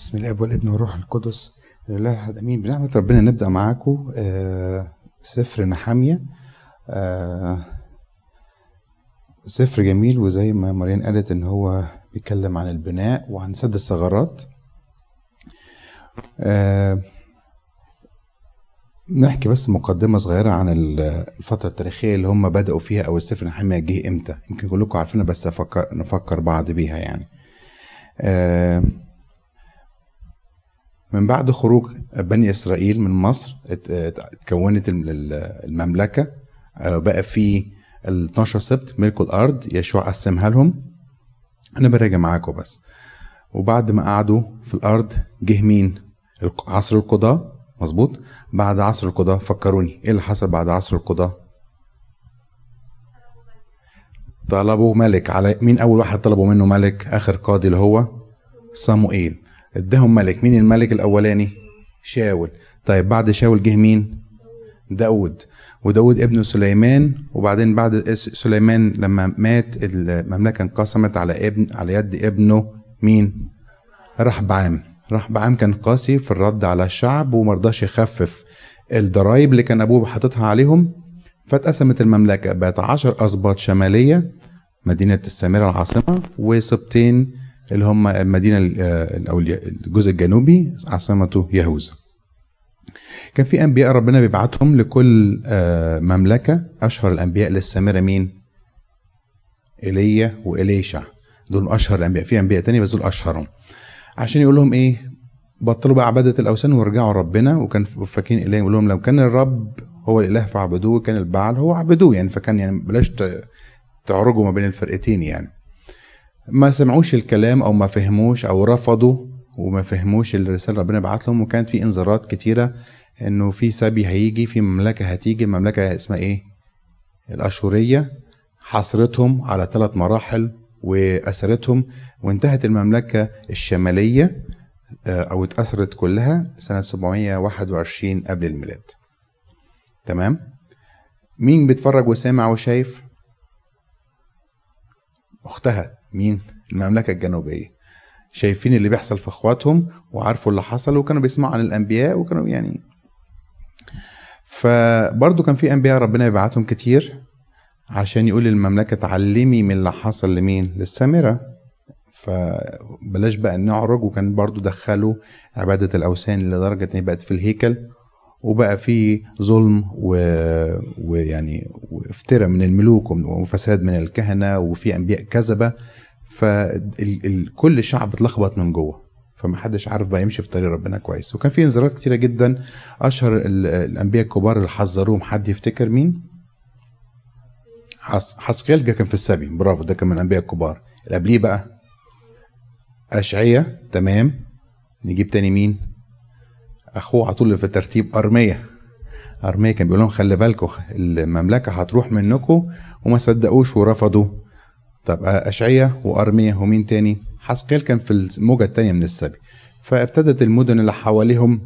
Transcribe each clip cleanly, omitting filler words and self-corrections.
بسم الله والابن والروح القدس لله الاحد امين. بنعمه ربنا نبدا معاكم سفر نحمية. سفر جميل، وزي ما مارين قالت ان هو بيتكلم عن البناء وعن سد الثغرات. نحكي بس مقدمه صغيره عن الفتره التاريخيه اللي هم بداوا فيها، او السفر نحمية جه امتى. يمكن كلكم عارفينها بس نفكر بعض بيها يعني. من بعد خروج بني إسرائيل من مصر اتكونت المملكة، بقى في ال 12 سبت ملكوا الأرض، يشوع قسمها لهم. أنا براجع معاكم بس. وبعد ما قعدوا في الأرض جه مين؟ عصر القضاء، مظبوط. بعد عصر القضاء فكروني إيه اللي حصل بعد عصر القضاء؟ طلبوا ملك. على مين أول واحد طلبوا منه ملك؟ آخر قاضي اللي هو صموئيل. اداهم ملك. مين الملك الاولاني؟ شاول. طيب بعد شاول جه مين؟ داود. وداود ابنه سليمان. وبعدين بعد سليمان لما مات المملكه انقسمت على يد ابنه مين؟ رحبعام. رحبعام كان قاسي في الرد على الشعب ومرضاش يخفف الضرايب اللي كان ابوه حاططها عليهم، فاتقسمت المملكه بقت 10 اسباط شماليه، مدينه السامره العاصمه، وسبطين اللي هم المدينة أو الجزء الجنوبي عاصمته يهوذا. كان في أنبياء ربنا بيبعتهم لكل مملكة. أشهر الأنبياء للسامرة مين؟ إيليا وإليشع، دول أشهر الأنبياء. في أنبياء تاني بس دول أشهرهم، عشان يقول لهم إيه؟ بطلوا بقى عبادة الأوثان ورجعوا ربنا. وكان فاكرين إيليا يقول لهم لو كان الرب هو الإله فاعبدوه، وكان البعل هو عبدوه يعني. فكان يعني بلاش تعرجوا ما بين الفرقتين يعني. ما سمعوش الكلام او ما فهموش او رفضوا وما فهموش الرساله ربنا بعت لهم. وكانت في انذارات كتيره انه في سبي هيجي، في مملكه هتيجي. المملكه اسمها ايه؟ الاشوريه. حصرتهم على 3 مراحل واسرتهم، وانتهت المملكه الشماليه او اتأثرت كلها سنه 721 قبل الميلاد. تمام؟ مين بيتفرج وسامع وشايف؟ اختها مين؟ المملكة الجنوبية. شايفين اللي بيحصل في اخواتهم وعارفوا اللي حصل، وكانوا بيسمعوا عن الانبياء، وكانوا يعني فبرضو كان في انبياء ربنا يبعتهم كتير عشان يقول للمملكة تعلمي من اللي حصل لمين؟ للسامرة. فبلاش بقى نعرج. وكان برضو دخلوا عبادة الاوثان لدرجة ان بقت في الهيكل، وبقى في ظلم ويعني وافتراء من الملوك وفساد من الكهنة، وفي انبياء كذبة. فكل الشعب اتلخبط من جوه، فمحدش عارف بقى يمشي في طريق ربنا كويس. وكان في انذارات كتيرة جدا. اشهر الانبياء الكبار اللي حذروهم، حد يفتكر مين؟ حسقيال كان في السبي، برافو، ده كان من الانبياء الكبار. اللي قبليه بقى اشعيا. تمام. نجيب تاني مين؟ اخوه على طول في الترتيب ارميا. ارميا كان بيقول لهم خلي بالكم المملكه هتروح منكم، وما صدقوش ورفضوا. طب اشعيا وارميا ومين تاني؟ حسقيال كان في الموجه الثانيه من السبي. فابتدت المدن اللي حواليهم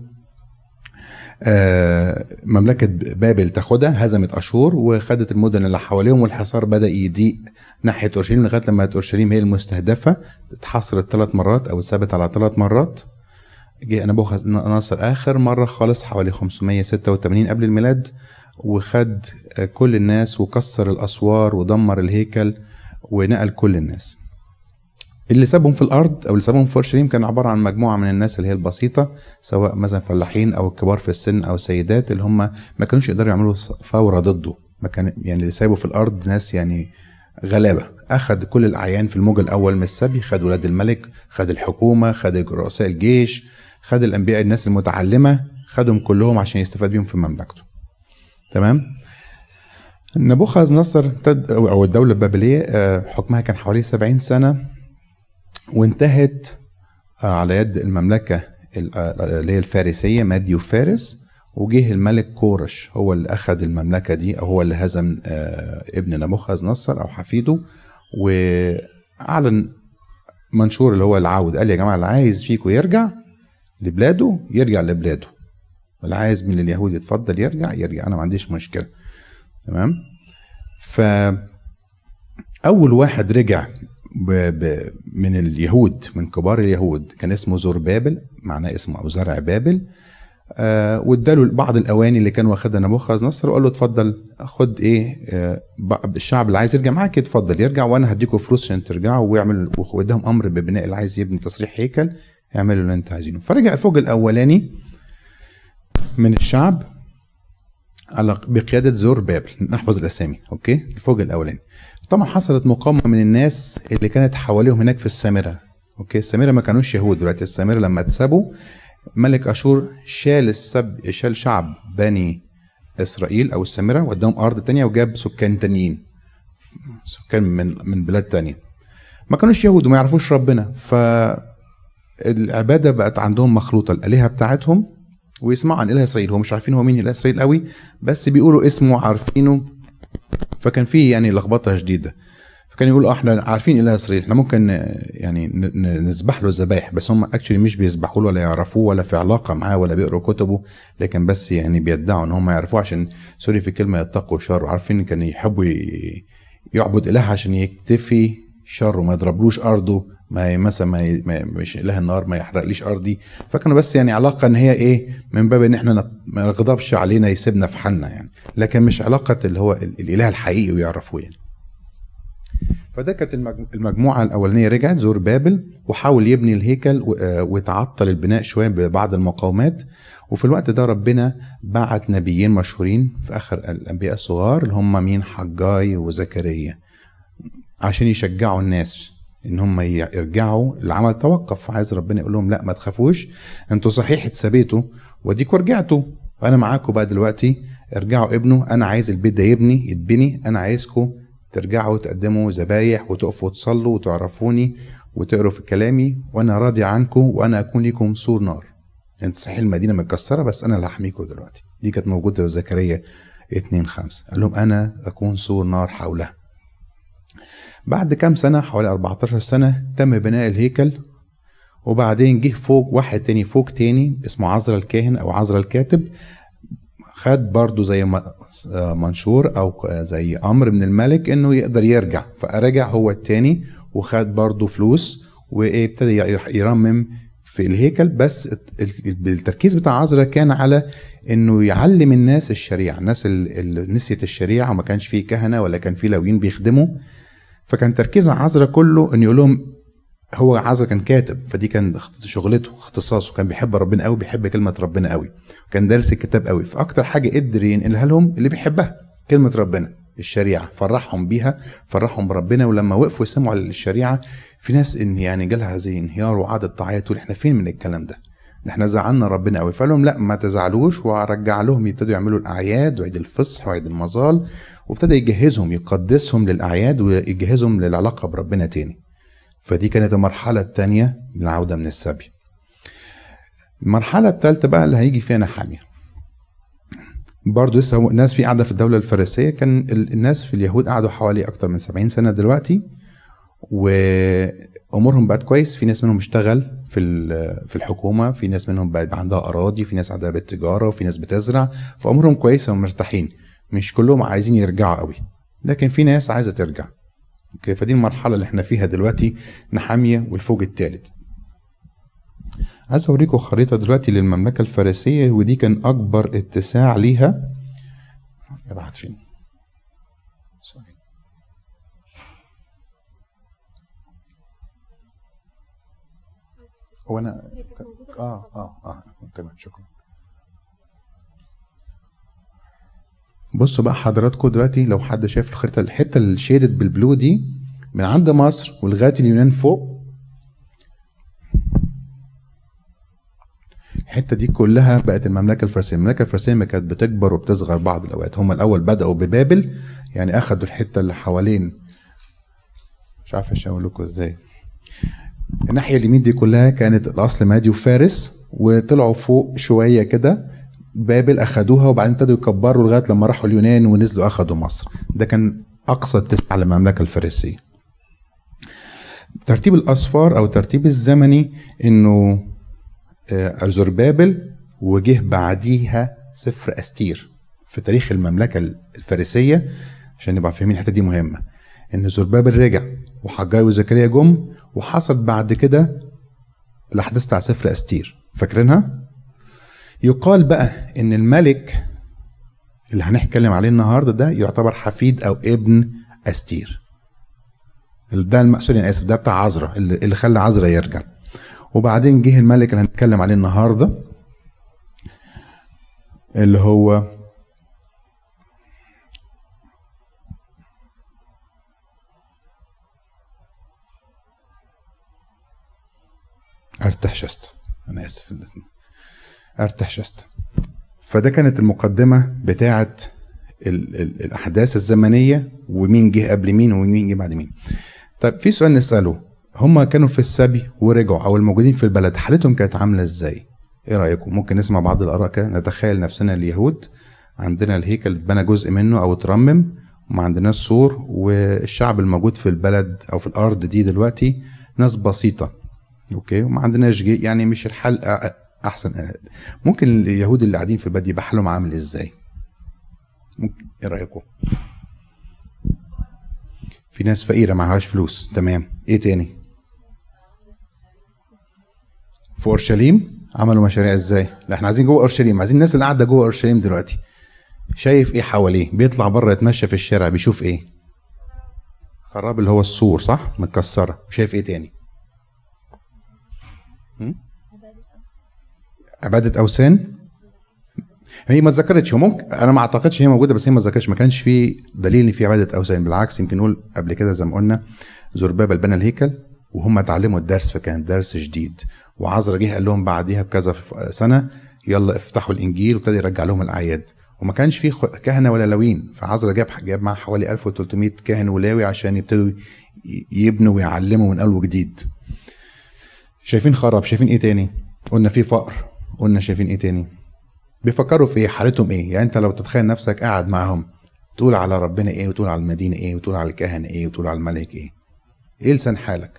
مملكه بابل تاخدها، هزمت اشور وخدت المدن اللي حواليهم، والحصار بدا يضيق ناحيه اورشليم لغايه لما اورشليم هي المستهدفه. اتحصرت 3 مرات او اتثبت على 3 مرات. جه نبوخذ نصر اخر مره خالص حوالي 586 قبل الميلاد، وخد كل الناس وكسر الاسوار ودمر الهيكل ونقل كل الناس. اللي سابهم في الارض او اللي سابهم في اورشليم كان عباره عن مجموعه من الناس اللي هي البسيطه، سواء مثلا فلاحين او الكبار في السن او سيدات، اللي هم ما كانوش يقدروا يعملوا ثوره ضده. ما كان يعني اللي سابوا في الارض ناس يعني غلابه. اخذ كل الاعيان في الموج الاول من السبي، خد ولاد الملك، خد الحكومه، خد رؤساء الجيش، خد الانبياء الناس المتعلمه، خدهم كلهم عشان يستفاد بيهم في مملكته. تمام. نبوخذ نصر او الدوله البابليه حكمها كان حوالي 70 سنه، وانتهت على يد المملكه اللي هي الفارسيه، مادي وفارس. وجه الملك كورش هو اللي اخذ المملكه دي، او هو اللي هزم ابن نبوخذ نصر او حفيده، واعلن منشور اللي هو العود. قال يا جماعه اللي عايز فيكم يرجع لبلاده يرجع لبلاده، اللي عايز من اليهود يتفضل يرجع، انا ما عنديش مشكله. تمام. فاول واحد رجع من اليهود، من كبار اليهود، كان اسمه زربابل، معناه اسمه او زرع بابل. واداله بعض الاواني اللي كان واخدها نبوخذ نصر، وقال له اتفضل خد ايه، الشعب اللي عايز يرجع معاك اتفضل يرجع، وانا هديكم فلوس عشان ترجعوا. ويعمل واداهم امر ببناء، اللي عايز يبني تصريح هيكل اعملوا اللي انت عايزينه. فرجع الفوج الاولاني من الشعب على بقياده زربابل، نحفظ الاسامي اوكي. الفوج الاولاني طبعا حصلت مقاومه من الناس اللي كانت حواليهم هناك في السامره اوكي. السامره ما كانوش يهود دلوقتي، السامره لما اتسابوا ملك اشور شال شعب بني اسرائيل او السامره وداهم ارض تانية، وجاب سكان تانيين، سكان من بلاد تانية ما كانوش يهود وما يعرفوش ربنا. فالعباده بقت عندهم مخلوطه، الالهه بتاعتهم، ويسمعوا عن اله اسرائيل، هو مش عارفين هو مين اله اسرائيل قوي، بس بيقولوا اسمه عارفينه. فكان فيه يعني لخبطه شديده. فكان يقولوا احنا عارفين اله اسرائيل، احنا ممكن يعني نذبح له الذبايح، بس هم اكشلي مش بيذبحوا له ولا يعرفوه ولا في علاقه معاه ولا بيقروا كتبه، لكن بس يعني بيدعوا ان هم يعرفوه عشان سوري في كلمه يتقوا شر، وعارفين كان يحبوا يعبد اله عشان يكتفي شره، ما يضربلوش ارضه، ما مثلا مش اله النار ما يحرقليش ارضي. فكانوا بس يعني علاقه ان هي ايه، من باب ان احنا ما نغضبش علينا يسيبنا في حالنا يعني، لكن مش علاقه اللي هو الاله الحقيقي ويعرفوه يعني. فده كانت المجموعه الاولانيه. رجعت زربابل وحاول يبني الهيكل، وتعطل البناء شويه ببعض المقاومات. وفي الوقت ده ربنا بعت نبيين مشهورين في اخر الانبياء الصغار اللي هم مين، حجاي وزكريا، عشان يشجعوا الناس ان هم يرجعوا. العمل توقف، عايز ربنا يقول لهم لا ما تخافوش، انتوا صحيح اتثبتوا وديكوا رجعتوا، وانا معاكم بقى دلوقتي، ارجعوا ابنوا، انا عايز البيت ده يتبني، انا عايزكم ترجعوا تقدموا ذبايح وتقفوا تصلوا وتعرفوني وتقروا في كلامي، وانا راضي عنكم، وانا اكون لكم سور نار. انت صحيح المدينه متكسره بس انا اللي هحميكم دلوقتي. دي كانت موجوده في زكريا 2:5، قال لهم انا اكون سور نار حولها. بعد كام سنه، حوالي 14 سنه، تم بناء الهيكل. وبعدين جه فوق واحد تاني، فوق تاني اسمه عزرا الكاهن او عزرا الكاتب، خد برضو زي منشور او زي امر من الملك انه يقدر يرجع. فرجع هو التاني وخد برضو فلوس، وابتدى يرمم في الهيكل. بس التركيز بتاع عزرا كان على انه يعلم الناس الشريعه، الناس اللي نسيت الشريعه وما كانش فيه كهنه ولا كان فيه لاويين بيخدموا. فكان تركيز عزرا كله انه يقول لهم، هو عزرا كان كاتب، فدي كان شغلته اختصاصه، كان بيحب ربنا قوي، بيحب كلمه ربنا قوي، كان دارس الكتاب قوي. فاكتر حاجه قدر ينقلها لهم اللي بيحبها كلمه ربنا، الشريعه، فرحهم بيها، فرحهم بربنا. ولما وقفوا يسمعوا الشريعه، في ناس ان يعني جالها زي انهيار وقعدت تعيط تقول احنا فين من الكلام ده احنا زعلنا ربنا قوي. فقال لهم لا ما تزعلوش، ورجع لهم يبتدوا يعملوا الاعياد وعيد الفصح وعيد المظال، وابتدى يجهزهم، يقدسهم للاعياد ويجهزهم للعلاقه بربنا تاني. فدي كانت المرحله الثانيه من العوده من السبي. المرحله الثالثه بقى اللي هيجي فيها نحمية. برضه لسه الناس في قاعده في الدوله الفارسيه، كان الناس في اليهود قعدوا حوالي اكتر من 70 سنه دلوقتي، وامورهم بقت كويس. في ناس منهم اشتغل في الحكومه، في ناس منهم بقت عندها اراضي، في ناس عندها بالتجاره، وفي ناس بتزرع، فامورهم كويسه ومرتاحين. مش كلهم عايزين يرجعوا قوي، لكن في ناس عايزه ترجع. اوكي، فدي المرحله اللي احنا فيها دلوقتي، نحمية والفوج الثالث. عايز اوريكم خريطه دلوقتي للمملكه الفارسيه، ودي كان اكبر اتساع ليها. راحت فين؟ هو انا تمام، شكرا. بصوا بقى حضراتكم دلوقتي، لو حد شايف الخريطه، الحته اللي شيدت بالبلو دي من عند مصر ولغايه اليونان فوق، الحته دي كلها بقت المملكه الفارسيه. المملكه الفارسيه ما كانت بتكبر وبتصغر بعض الاوقات. هم الاول بداوا ببابل، يعني اخذوا الحته اللي حوالين، مش عارف اشاور لكم ازاي، الناحيه اليمين دي كلها كانت الاصل مادي وفارس، وطلعوا فوق شويه كده بابل اخذوها، وبعدين ابتدوا يكبروا لغايه لما راحوا اليونان ونزلوا اخذوا مصر. ده كان اقصى اتساع للمملكه الفارسيه. ترتيب الاصفار او الترتيب الزمني انه زربابل، وجه بعديها سفر استير في تاريخ المملكه الفارسيه، عشان نبقى فاهمين الحته دي مهمه. ان زربابل رجع وحجاي وزكريا جم، وحصل بعد كده الاحداث بتاع سفر استير، فاكرينها؟ يقال بقى ان الملك اللي هنتكلم عليه النهارده ده يعتبر حفيد او ابن استير. ده المقصود، انا اسف، ده بتاع عزرا اللي خلى عزرا يرجع. وبعدين جه الملك اللي هنتكلم عليه النهارده اللي هو ارتحشست، انا اسف ارتحشست. فده كانت المقدمه بتاعه الاحداث الزمنيه، ومين جه قبل مين ومين جه بعد مين. طيب في سؤال نساله، هم كانوا في السبي ورجعوا او الموجودين في البلد حالتهم كانت عامله ازاي؟ ايه رايكم؟ ممكن نسمع بعض الاراء كده، نتخيل نفسنا اليهود عندنا الهيكل اتبنى جزء منه او اترمم، وما عندناش سور، والشعب الموجود في البلد او في الارض دي دلوقتي ناس بسيطه، اوكي، وما عندناش يعني مش الحال احسن. ممكن اليهود اللي قاعدين في البلد يبقى حالهم عامل ازاي؟ ممكن، ايه رايكم؟ في ناس فقيره معهاش فلوس، تمام، ايه تاني؟ في اورشليم عملوا مشاريع ازاي؟ لا احنا عايزين جوه اورشليم، عايزين الناس اللي قاعده جوه اورشليم دلوقتي شايف ايه حواليه؟ بيطلع بره يتمشى في الشارع بيشوف ايه؟ خراب اللي هو السور، صح، متكسره. شايف ايه تاني؟ عباده اوثان. هي ما اتذكرتش، ممكن انا ما اعتقدش هي موجوده، بس هي ما اتذكرتش، ما كانش في دليل ان في عباده اوثان. بالعكس، يمكن نقول قبل كده زي ما قلنا زربابل بنى الهيكل وهم اتعلموا الدرس، فكان درس جديد، وعزرا جه قال لهم بعديها بكذا سنه يلا افتحوا الانجيل، وابتدى يرجع لهم الاعياد، وما كانش في كهنه ولا لاويين، فعزرا جاب معاه حوالي 1300 كاهن ولاوي عشان يبتدوا يبنوا ويعلموا من اول وجديد. شايفين خراب، شايفين ايه تاني؟ قلنا في فقر، قلنا شايفين ايه تاني؟ بيفكروا في حالتهم ايه؟ يعني انت لو تتخيل نفسك قاعد معاهم تقول على ربنا ايه، وتقول على المدينه ايه، وتقول على الكهنه ايه، وتقول على الملك ايه؟ ايه لسان حالك؟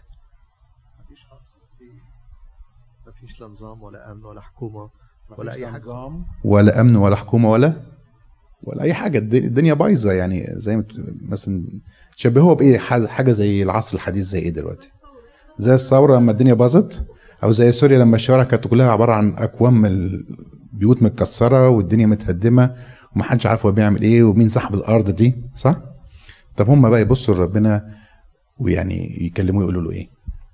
مفيش لا نظام ولا امن ولا حكومه ولا اي حاجه، ولا امن ولا حكومه ولا اي حاجه. الدنيا بايظه، يعني زي ما مثلا تشبهوها بايه؟ حاجه زي العصر الحديث، زي ايه دلوقتي؟ زي الثوره لما الدنيا باظت، او زي سوريا لما الشوارع كانت كلها عباره عن اكوام البيوت متكسره والدنيا متهدمه ومحدش عارف هو بيعمل ايه ومين صاحب الارض دي، صح؟ طب هم بقى يبصوا لربنا ويعني يكلموه يقولوا له ايه؟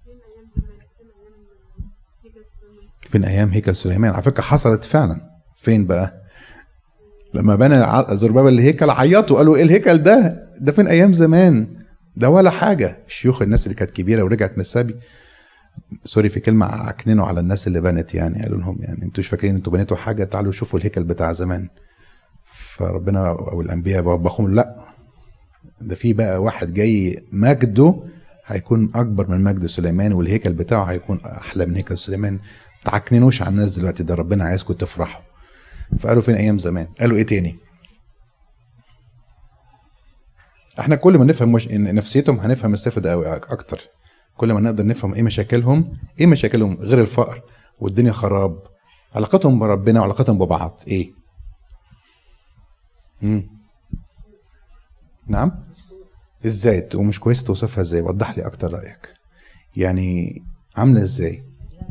فين ايام هيكل سليمان؟ على فكره حصلت فعلا. فين بقى؟ لما بنى زربابل الهيكل عيطوا قالوا ايه الهيكل ده فين ايام زمان؟ ده ولا حاجه. الشيوخ الناس اللي كانت كبيره ورجعت من السبي، سوري في كلمه، عكننوا على الناس اللي بنت، يعني قالوا لهم يعني انتوا مش فاكرين انتوا بنيتوا حاجه؟ تعالوا شوفوا الهيكل بتاع زمان. فربنا او الانبياء بوبخهم، لا ده في بقى واحد جاي مجده هيكون اكبر من مجد سليمان، والهيكل بتاعه هيكون احلى من هيكل سليمان. تعكننوش على الناس دلوقتي، ده ربنا عايزكم تفرحوا. فقالوا فين ايام زمان؟ قالوا ايه تاني؟ احنا كل ما نفهم نفسيتهم هنفهم السفر ده قوي اكتر. كل ما نقدر نفهم ايه مشاكلهم غير الفقر والدنيا خراب، علاقتهم بربنا وعلاقتهم ببعض ايه؟ نعم، ازاي ومش كويس توصفها ازاي؟ وضح لي اكتر رايك، يعني عامله ازاي؟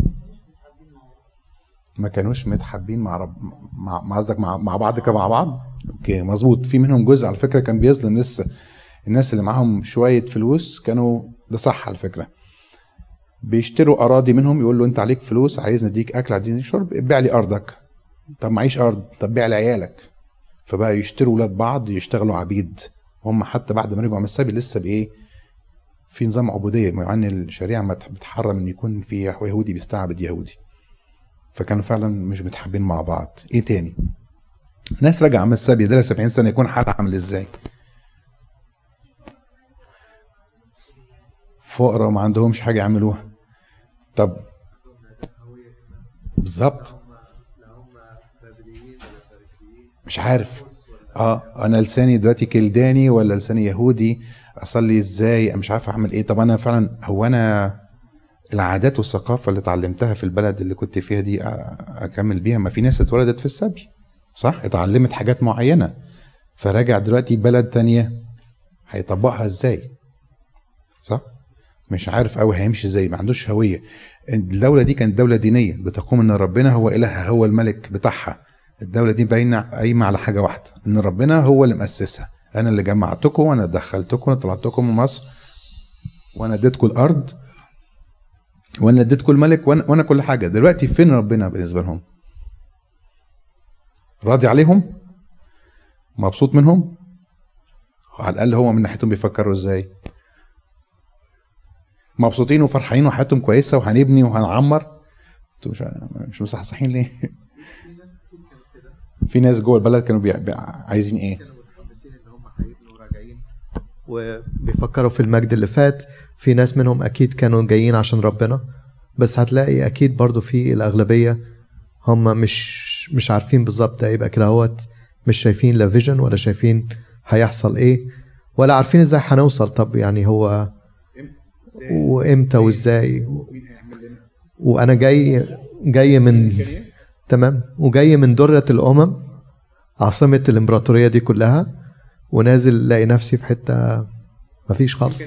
ما كانوش متحابين مع قصدك مع بعض كمع بعض. اوكي مظبوط. في منهم جزء على فكره كان بيظلم لسه الناس اللي معاهم شويه فلوس، كانوا ده صح على فكره، بيشتروا اراضي منهم، يقول له انت عليك فلوس، عايز نديك اكل، عايزين شرب، بيع لي ارضك. طب معيش ارض، طب بيع لي عيالك. فبقى يشتروا ولاد بعض يشتغلوا عبيد هم، حتى بعد ما رجعوا من السبي لسه بايه؟ في نظام عبوديه، مع ان الشريعه ما بتحرم ان يكون في يهودي بيستعبد يهودي. فكانوا فعلا مش متحابين مع بعض. ايه تاني؟ ناس راجعه من السبي ده 70 سنه، يكون حالها عامل ازاي؟ فقراء وما عندهمش حاجه يعملوها. طب بالظبط مش عارف. انا لساني دلوقتي كلداني ولا لساني يهودي؟ اصلي ازاي؟ مش عارف اعمل ايه. طب انا فعلا انا العادات والثقافه اللي اتعلمتها في البلد اللي كنت فيها دي اكمل بيها؟ ما في ناس اتولدت في السبي، صح، اتعلمت حاجات معينه، فراجع دلوقتي بلد تانية هيطبقها ازاي؟ صح. مش عارف قوي هيمشي ازاي، ما عندوش هويه. الدوله دي كانت دوله دينيه بتقوم ان ربنا هو الهها، هو الملك بتاعها. الدوله دي باينه قايمه على حاجه واحده، ان ربنا هو اللي مؤسسها. انا اللي جمعتكم وانا دخلتكم وانا طلعتكم من مصر وانا اديتكم الارض وانا اديتكم الملك وانا كل حاجه. دلوقتي فين ربنا بالنسبه لهم؟ راضي عليهم؟ مبسوط منهم؟ على الاقل هو من ناحيتهم بيفكروا ازاي؟ مبسوطين وفرحانين وحياتهم كويسه وهنبني وهنعمر. انتوا مش مصحصحين ليه؟ في ناس جوه البلد كانوا عايزين ايه؟ كانوا متحمسين ان هم هيبنوا وراجعين وبيفكروا في المجد اللي فات. في ناس منهم اكيد كانوا جايين عشان ربنا، بس هتلاقي اكيد برضو في الاغلبيه هم مش عارفين بالظبط ده يبقى كده هوت، مش شايفين لا فيجن ولا شايفين هيحصل ايه ولا عارفين ازاي هنوصل. طب يعني هو وامتى وازاي وانا جاي من تمام، وجاي من درة الامم عاصمة الامبراطورية دي كلها، ونازل لاقي نفسي في حتة مفيش خالص.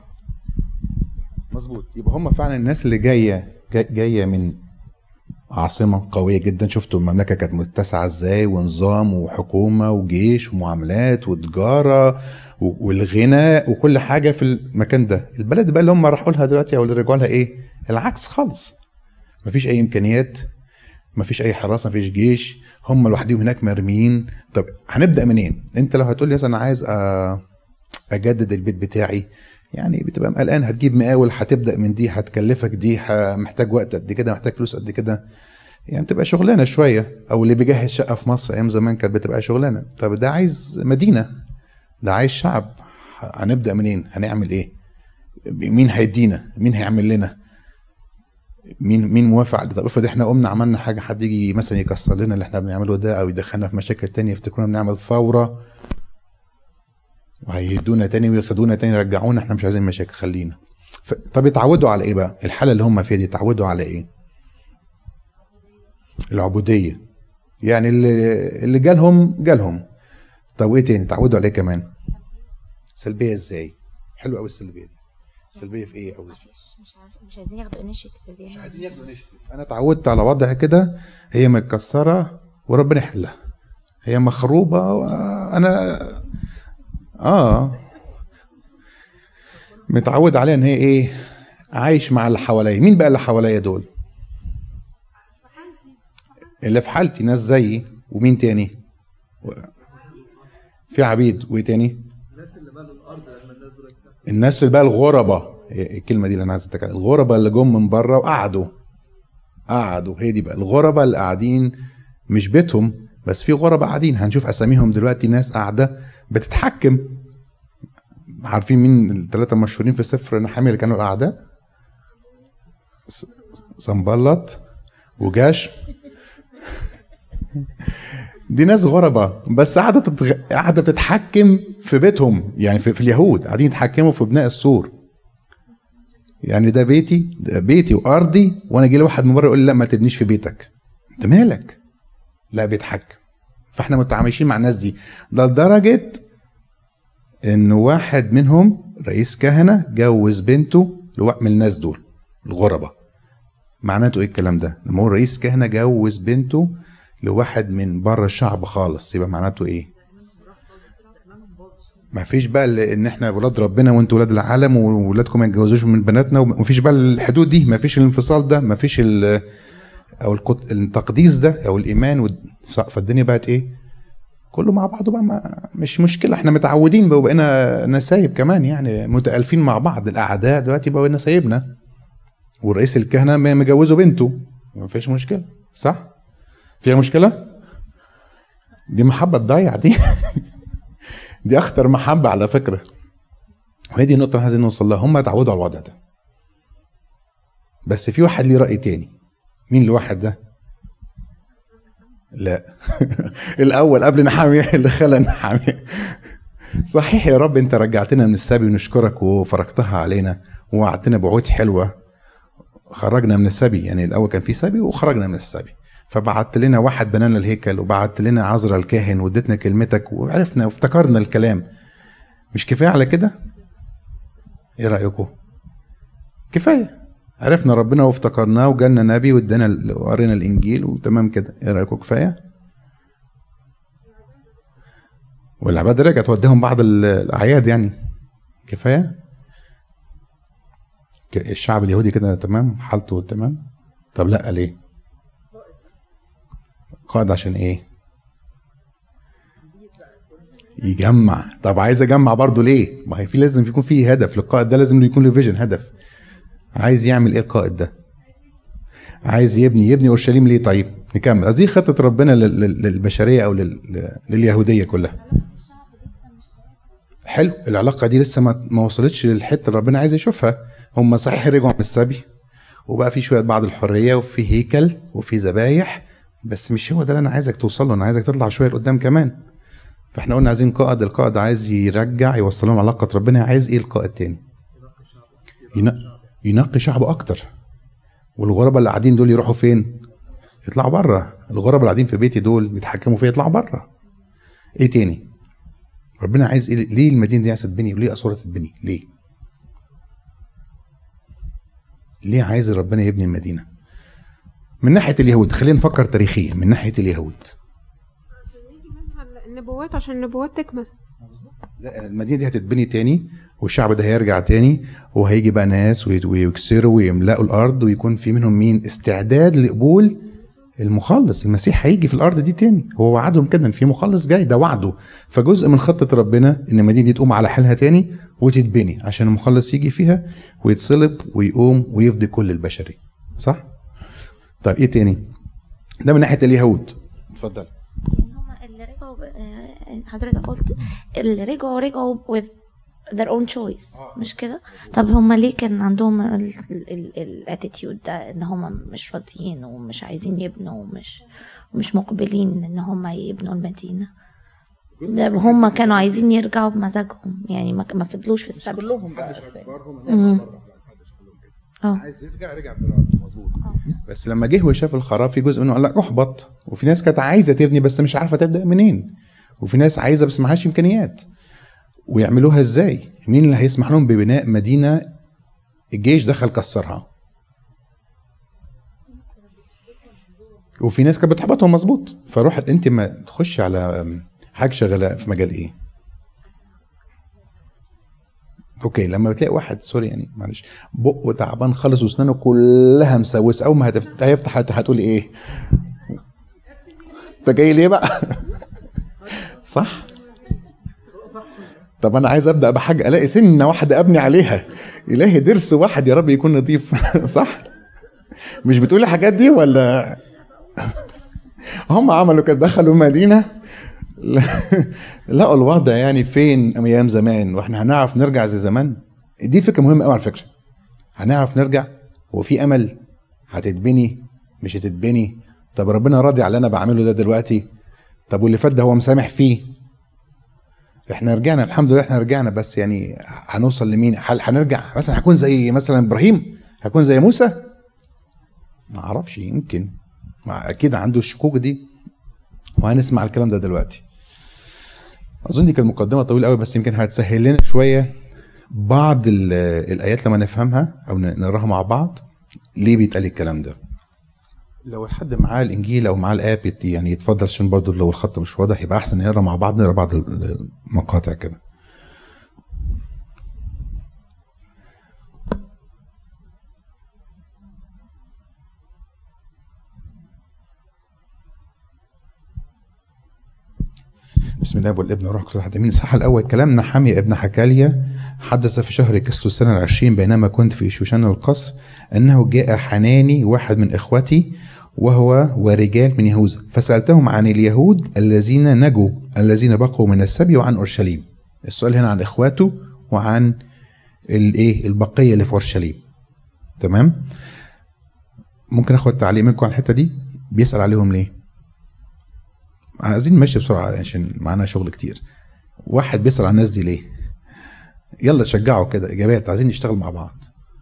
مظبوط. يبقى هم فعلا الناس اللي جايه من عاصمه قويه جدا. شفتوا المملكه كانت متسعه ازاي، ونظام وحكومه وجيش ومعاملات وتجاره والغناء وكل حاجه في المكان ده. البلد بقى اللي هم راحوا لها دلوقتي او اللي رجعوا لها ايه؟ العكس خالص. مفيش اي امكانيات، مفيش اي حراسه، مفيش جيش، هم لوحدهم هناك مرميين. طب هنبدا منين؟ انت لو هتقول لي مثلا انا عايز اجدد البيت بتاعي، يعني بتبقى قلقان. هتجيب مقاول، هتبدا من دي، هتكلفك دي، محتاج وقت قد كده، محتاج فلوس قد كده، يعني بتبقى شغلانه شويه. او اللي بيجهز شقه في مصر ايام زمان كانت بتبقى شغلانه. طب ده عايز مدينه، ده عايز شعب. هنبدا منين؟ هنعمل ايه؟ مين هيدينا؟ مين هيعمل لنا؟ مين موافق على؟ طب افرض احنا قمنا عملنا حاجه، حد يجي مثلا يكسر لنا اللي احنا بنعمله ده او يدخلنا في مشاكل تانية، يفتكرونا بنعمل ثوره وهيهدونا تاني وياخدونا تاني يرجعونا. احنا مش عايزين مشاكل، خلينا. طب يتعودوا على ايه بقى؟ الحاله اللي هم فيها دي يتعودوا على ايه؟ العبوديه. يعني اللي جالهم. طب وايه تاني تعودوا عليه كمان؟ سلبيه ازاي؟ حلوه قوي السلبيه دي. سلبيه في ايه؟ او مش عايزين ياخدوا انيشيتيف. مش عايزين ياخدوا انيشيتيف. انا اتعودت على وضع كده، هي متكسره وربنا يحلها، هي مخروبه وانا متعود عليها ان هي ايه؟ عايش مع اللي حواليا. مين بقى اللي حواليا دول؟ اللي في حالتي، ناس زيي. ومين تاني؟ في عبيد. وايه تاني؟ الناس اللي بقى الغرباء. الكلمه دي اللي انا عايز اتكلم، الغرباء اللي جم من بره وقعدوا. هي دي بقى الغرباء اللي قاعدين، مش بيتهم بس في غرباء قاعدين. هنشوف اساميهم دلوقتي، ناس قاعده بتتحكم. عارفين مين الثلاثه المشهورين في سفر نحمية اللي كانوا الاعداء؟ صنبلط وجاش. دي ناس غرباء بس قاعده بتتحكم في بيتهم. يعني في اليهود قاعدين يتحكموا في بناء السور. يعني ده بيتي وارضي، وانا اجي لواحد من بره يقول لي لا ما تبنيش في بيتك. انت مالك؟ لا بيتحكم. فاحنا متعايشين مع الناس دي. ده لدرجه ان واحد منهم رئيس كهنه جوز بنته من الناس دول الغرباء. معناته ايه الكلام ده؟ لما هو رئيس كهنه جوز بنته لواحد من بره الشعب خالص، يبقى معناته ايه؟ ما فيش بقى ان احنا ولاد ربنا وانتوا ولاد العالم وولادكم ما يتجوزوش من بناتنا، وما فيش بقى الحدود دي، ما فيش الانفصال ده، ما فيش او التقديس ده او الايمان. فالدنيا بقت ايه؟ كله مع بعضه بقى، مش مشكله. احنا متعودين بقى، وبقينا نسايب كمان، يعني متالفين مع بعض. الاعداء دلوقتي بقوا نسايبنا، والرئيس الكهنه مجوزه بنته، ما فيش مشكله. صح؟ فيها مشكله؟ دي محبه تضيع دي. دي اخطر محبه على فكره. وهي دي النقطه اللي عايزين نوصل لها. هم اتعودوا على الوضع ده، بس في واحد ليه راي تاني. مين الواحد ده؟ لا. الاول قبل نحاميه اللي خلى نحاميه. صحيح يا رب انت رجعتنا من السبي ونشكرك وفرجتها علينا ووعدتنا بوعود حلوه، خرجنا من السبي. يعني الاول كان في سبي وخرجنا من السبي، فبعت لنا واحد بنانا الهيكل، وبعت لنا عذرا الكاهن، واديتنا كلمتك وعرفنا وافتكرنا الكلام. مش كفايه على كده؟ ايه رايكم؟ كفايه، عرفنا ربنا وافتكرناه وجالنا نبي وادانا وقرينا الانجيل وتمام كده. ايه رايكم كفايه؟ والعباده رجعت توديهم بعض الاعياد يعني، كفايه. الشعب اليهودي كده تمام حالته تمام. طب لا ليه؟ قائد عشان ايه؟ يجمع. طب عايز اجمع برضه ليه؟ ما هي في لازم يكون فيه هدف للقائد ده، لازم يكون له فيجن، هدف. عايز يعمل ايه القائد ده؟ عايز يبني اورشليم ليه؟ طيب نكمل. هذه خطه ربنا للبشريه او لليهوديه كلها. حلو، العلاقه دي لسه ما وصلتش للحته اللي ربنا عايز يشوفها. هم صحيح رجعوا من السبي وبقى في شويه بعض الحريه وفي هيكل وفي ذبايح، بس مش هو ده اللي انا عايزك توصل له. انا عايزك تطلع شويه لقدام كمان. فاحنا قلنا عايزين قائد، القائد عايز يرجع يوصل لهم علاقه ربنا. عايز ايه القائد تاني؟ ينقي شعبه اكتر. والغرباء اللي قاعدين دول يروحوا فين؟ يطلعوا بره. الغرباء اللي قاعدين في بيتي دول بيتحكموا فيا، يطلعوا بره. ايه تاني؟ ربنا عايز ايه؟ ليه المدينه دي عايزه تتبني وليه اسوار تتبني؟ ليه عايز ربنا يبني المدينه؟ من ناحيه اليهود، خلينا نفكر تاريخيا. من ناحيه اليهود النبوات، عشان النبوات تكمل. لا، المدينه دي هتتبني تاني والشعب ده هيرجع تاني، وهيجي بقى ناس ويكسروا ويملأوا الارض، ويكون في منهم مين؟ استعداد لقبول المخلص. المسيح هيجي في الارض دي تاني، هو وعدهم كده ان في مخلص جاي، ده وعده. فجزء من خطه ربنا ان المدينه دي تقوم على حالها تاني وتتبني عشان المخلص يجي فيها ويتصلب ويقوم ويفدي كل البشريه. صح؟ طيب ايه تاني؟ ده من ناحيه اليهود. اتفضل. هم اللي رجعوا حضرتك قلت اللي رجعوا with their own choice، مش كده؟ طب هم ليه كان عندهم الاتيتيود ده ان هم مش راضيين ومش عايزين يبنوا ومش مقبلين ان هم يبنوا المدينة؟ ده هم كانوا عايزين يرجعوا بمزاجهم يعني، ما فضلوش في السبت كلهم بقى. عايز رجع براحته مظبوط. بس لما جه وشاف الخراب، في جزء منه قال لك احبط، وفي ناس كانت عايزه تبني بس مش عارفه تبدا منين، وفي ناس عايزه بس معهاش امكانيات. ويعملوها ازاي؟ مين اللي هيسمح لهم ببناء مدينه الجيش دخل كسرها؟ وفي ناس كانت بتحبطهم مظبوط. فروحت انت ما تخش على حاجه شغاله في مجال ايه؟ اوكي، لما بتلاقي واحد سوري يعني معلش بقه تعبان خالص واسنانه كلها مسوسه، اول ما هيفتح هتقول ايه؟ انت جاي ليه بقى؟ صح؟ طب انا عايز ابدا بحاجه الاقي سنه واحده ابني عليها، الهي ضرس واحد يا رب يكون نظيف. صح؟ مش بتقولي الحاجات دي ولا؟ هم عملوا كده، دخلوا مدينه لقوا الوضع يعني فين ايام زمان، واحنا هنعرف نرجع زي زمان؟ دي فكره مهمه قوي على فكره. هنعرف نرجع؟ هو في امل؟ هتتبني مش هتتبني؟ طب ربنا راضي على اللي انا بعمله ده دلوقتي؟ طب واللي فات ده هو مسامح فيه؟ احنا رجعنا الحمد لله، احنا رجعنا، بس يعني هنوصل لمين؟ هنرجع مثلا هكون زي مثلا ابراهيم؟ هكون زي موسى؟ ما اعرفش، يمكن اكيد عنده الشكوك دي، وهنسمع الكلام ده دلوقتي. اظن دي كانت مقدمه طويله قوي، بس يمكن هتسهل لنا شويه بعض الايات لما نفهمها او نقراها مع بعض ليه بيتقال الكلام ده. لو حد معاه الانجيل او معاه الاب يعني يتفضل، عشان برضو لو الخط مش واضح يبقى احسن نقرا مع بعض، نقرا بعض المقاطع كده. بسم الله والابن والروح القدس احد امين. الصح الاول. كلام نحميا ابن حكاليا حدث في شهر كسلو السنه 20 بينما كنت في شوشان القصر انه جاء حناني واحد من اخوتي وهو ورجال من يهوذا، فسالتهم عن اليهود الذين نجوا الذين بقوا من السبي وعن اورشليم. السؤال هنا عن اخواته وعن البقيه اللي في اورشليم. تمام؟ ممكن اخد تعليق منكم على الحته دي؟ بيسال عليهم ليه؟ عايزين نمشي بسرعه عشان معانا شغل كتير. واحد بيسال على الناس دي ليه؟ يلا تشجعوا كده اجابات، عايزين نشتغل مع بعض.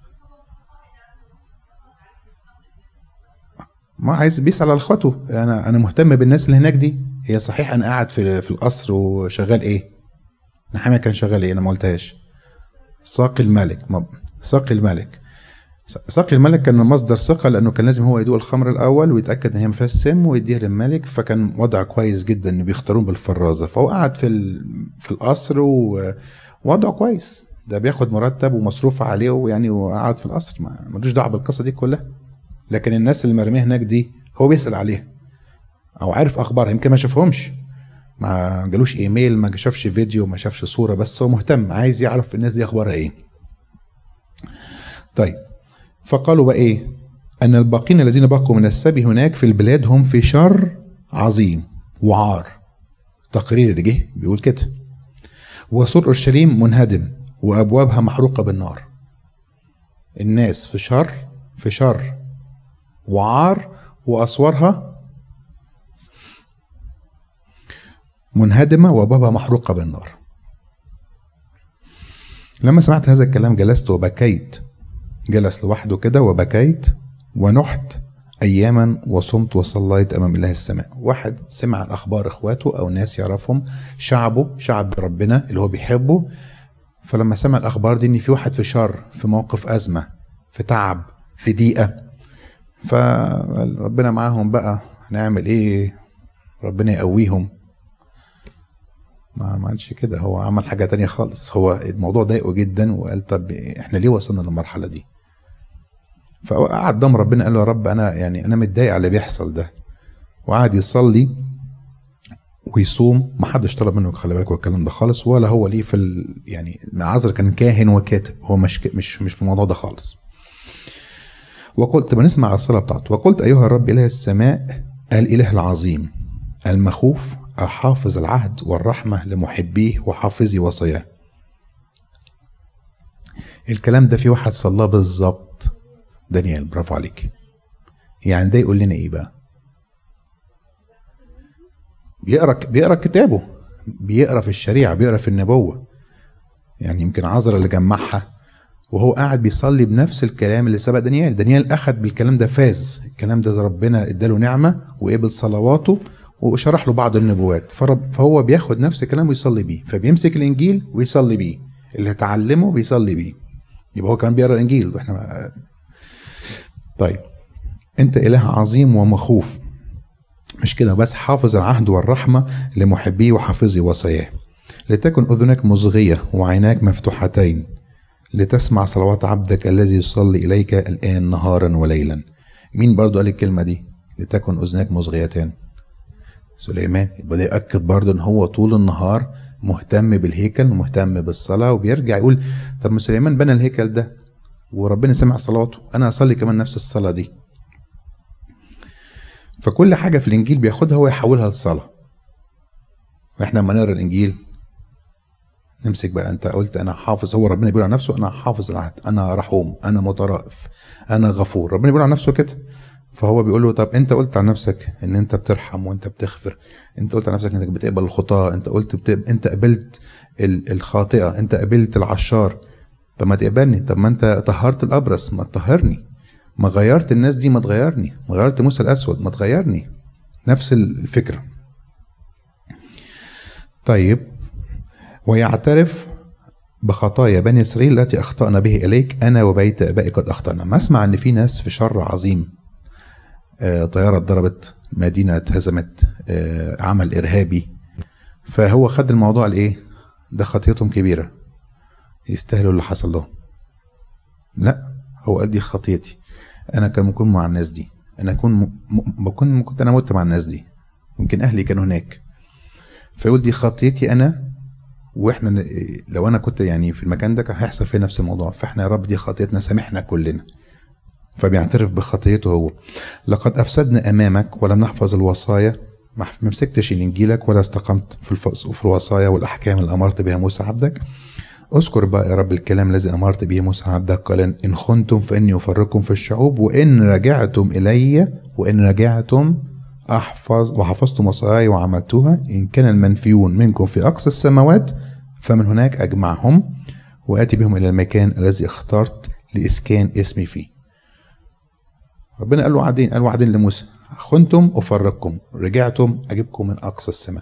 ما عايز بيسال على اخواته. انا مهتم بالناس اللي هناك دي. هي صحيح انا قاعد في القصر وشغال ايه؟ نحميا كان شغال ايه؟ انا ما قلتهاش. ساقي الملك. ساقي الملك. سقي الملك كان مصدر ثقة، لأنه كان لازم هو يدوق الخمر الأول ويتأكد إن هي ما فيهاش سم ويديها للملك، فكان وضع كويس جدا إن بيختارون بالفرازة. فهو قعد في القصر ووضعه كويس، ده بياخد مرتب ومصروف عليه ويعني وقعد في القصر، ملوش دعوة بالقصة دي كلها. لكن الناس اللي مرميه هناك دي هو بيسأل عليها أو عارف أخبارها، يمكن ما شافهمش، ما جالوش إيميل، ما شافش فيديو، ما شافش صورة، بس هو مهتم عايز يعرف الناس دي أخبارها إيه. طيب فقالوا بقى ايه؟ ان الباقين الذين بقوا من السبي هناك في البلاد هم في شر عظيم وعار. تقرير اللي جه بيقول كده: وسور اورشليم منهدم وابوابها محروقه بالنار. الناس في شر وعار، واسوارها منهدمه وابوابها محروقه بالنار. لما سمعت هذا الكلام جلست وبكيت. جلس لوحده كده وبكيت ونحت اياما وصمت وصليت امام اله السماء. واحد سمع الاخبار اخواته او ناس يعرفهم، شعبه، شعب ربنا اللي هو بيحبه، فلما سمع الاخبار دي ان في واحد في شر، في موقف ازمه، في تعب، في ضيقه، فربنا معاهم بقى، هنعمل ايه؟ ربنا يقويهم. ما عملش كده، هو عمل حاجه تانية خالص. هو الموضوع ضايقه جدا وقال طب احنا ليه وصلنا للمرحله دي؟ فقعد قدام ربنا قال له يا رب انا متضايق على اللي بيحصل ده، وقعد يصلي ويصوم. ما حدش طلب منه خلي بالك الكلام ده خالص، ولا هو ليه في يعني عذرا كان كاهن وكاتب، هو مش في الموضوع ده خالص. وقلت بنسمع الصلاه بتاعته: وقلت ايها الرب اله السماء الاله العظيم المخوف حافظ العهد والرحمه لمحبيه وحافظي وصاياه. الكلام ده في واحد صلاه بالظبط، دانيال، برافو عليك. يعني ده يقول لنا ايه بقى؟ بيقرا كتابه، بيقرا في الشريعه، بيقرا في النبوه. يعني يمكن عذرا اللي جمعها وهو قاعد بيصلي بنفس الكلام اللي سبق دانيال. دانيال اخذ بالكلام ده، فاز الكلام ده، ربنا اداله نعمه وقبل صلواته وشرح له بعض النبوات، فهو بياخد نفس الكلام ويصلي بيه، فبيمسك الانجيل ويصلي بيه، اللي اتعلمه بيصلي بيه. يبقى هو كان بيقرا الانجيل واحنا. طيب انت اله عظيم ومخوف، مش كده بس، حافظ العهد والرحمه لمحبيه وحافظي وصاياه. لتكن اذنك مصغيه وعيناك مفتوحتين لتسمع صلوات عبدك الذي يصلي اليك الان نهارا وليلا. مين برضو قال الكلمه دي؟ لتكن اذناك مصغيتان. سليمان. يبقى ده يؤكد برضو ان هو طول النهار مهتم بالهيكل ومهتم بالصلاه، وبيرجع يقول طب ما سليمان بنى الهيكل ده وربنا سمع صلاته، انا اصلي كمان نفس الصلاه دي. فكل حاجه في الانجيل بياخدها ويحولها للصلاه. واحنا لما نقرا الانجيل نمسك بقى، انت قلت انا حافظ، هو ربنا بيقول عن نفسه انا حافظ العهد، انا رحوم، انا مترأف، انا غفور، ربنا بيقول عن نفسه كده. فهو بيقول له طب انت قلت عن نفسك ان انت بترحم وانت بتغفر، انت قلت عن نفسك انك بتقبل الخطاه، انت قلت انت قبلت الخاطئه، انت قبلت العشار، طب ما تقبلني، طب ما انت طهرت الابرص ما تطهرني، ما غيرت الناس دي ما تغيرني، ما غيرت موسى الاسود ما تغيرني. نفس الفكره. طيب ويعترف بخطايا بني اسرائيل التي اخطانا به اليك انا وبيت ابائي قد اخطانا. ما اسمع ان في ناس في شر عظيم، طياره اتضربت، مدينه اتهزمت، عمل ارهابي، فهو خد الموضوع لايه؟ ده خطيتهم كبيره يستاهلوا اللي حصل لهم. لا، هو قال دي خطيتي، انا كان ممكن مع الناس دي، انا كنت انا مت مع الناس دي، يمكن اهلي كانوا هناك، فيقول دي خطيتي انا، واحنا لو انا كنت يعني في المكان ده كان هيحصل فيه نفس الموضوع، فاحنا يا رب دي خطيتنا سامحنا كلنا. فبيعترف بخطيته هو. لقد افسدنا امامك ولم نحفظ الوصايا، ما مسكتش انجيلك ولا استقمت في الوصايا والاحكام اللي امرت بها موسى عبدك. اذكر بقى يا رب الكلام الذي امرت به موسى عبدك، قال ان خنتم فاني افرقكم في الشعوب، وان رجعتم الي، وان رجعتم وحفظتم وصاياي وعملتها، ان كان المنفيون منكم في اقصى السماوات فمن هناك اجمعهم واتي بهم الى المكان الذي اخترت لاسكان اسمي فيه. ربنا قال له وعدين لموسى، خنتم افرقكم، رجعتم اجيبكم من اقصى السماء.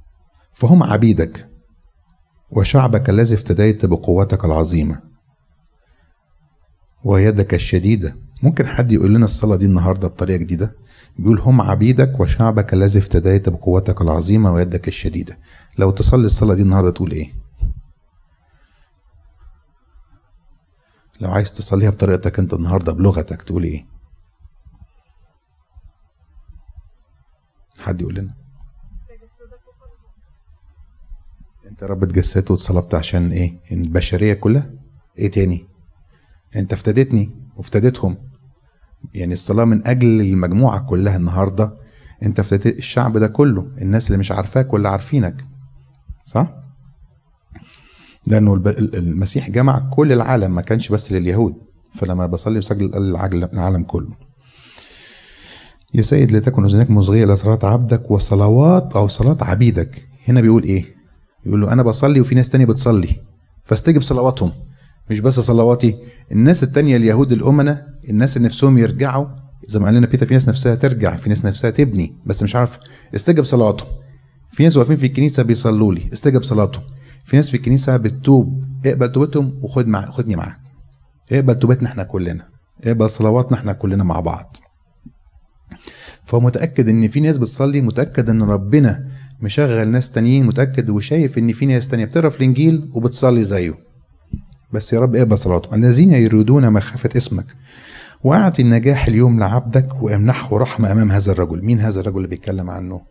فهم عبيدك وشعبك الذي افتديت بقوتك العظيمه. ويدك الشديدة. ممكن حد يقول لنا الصلاة دي النهاردة بطريقة جديدة؟ بيقول هم عبيدك وشعبك الذي افتديت بقوتك العظيمة ويدك الشديدة. لو تصلي الصلاة دي النهاردة تقول ايه؟ لو عايز تصليها بطريقتك انت النهاردة بلغتك تقول ايه؟ حد يقول لنا. انت يا رب اتجسدت واتصلبت عشان ايه؟ البشرية كلها. ايه تاني؟ انت افتديتني وافتديتهم. يعني الصلاة من اجل المجموعة كلها النهاردة. انت افتديت الشعب ده كله، الناس اللي مش عارفاك واللي عارفينك، صح؟ لانه المسيح جمع كل العالم، ما كانش بس لليهود. فلما بصلي بسجل العالم كله. يا سيد لتكن اذنك مصغية لصلاة عبدك وصلوات او صلاة عبيدك. هنا بيقول ايه؟ يقول له انا بصلي وفي ناس تانية بتصلي، فاستجب صلواتهم. مش بس صلواتي، الناس التانية اليهود الامنة، الناس اللي نفسهم يرجعوا زي ما قال لنا بيتر، في ناس نفسها ترجع، في ناس نفسها تبني بس مش عارف. استجب صلاتهم. في ناس واقفين في الكنيسة بيصلوا لي، استجب صلاتهم. في ناس في الكنيسة بتتوب، اقبل توبتهم خدني معاك. اقبل توبتنا احنا كلنا، اقبل صلواتنا احنا كلنا مع بعض. فهو متأكد ان في ناس بتصلي، متأكد ان ربنا مشغل ناس تانيين، متأكد وشايف ان في ناس تانية بتقرا في الانجيل وبتصلي زيه. بس يا رب اقبل صلاتهم. الذين يريدون مخافة اسمك واعطي النجاح اليوم لعبدك وامنحه رحمة امام هذا الرجل. مين هذا الرجل اللي بيتكلم عنه؟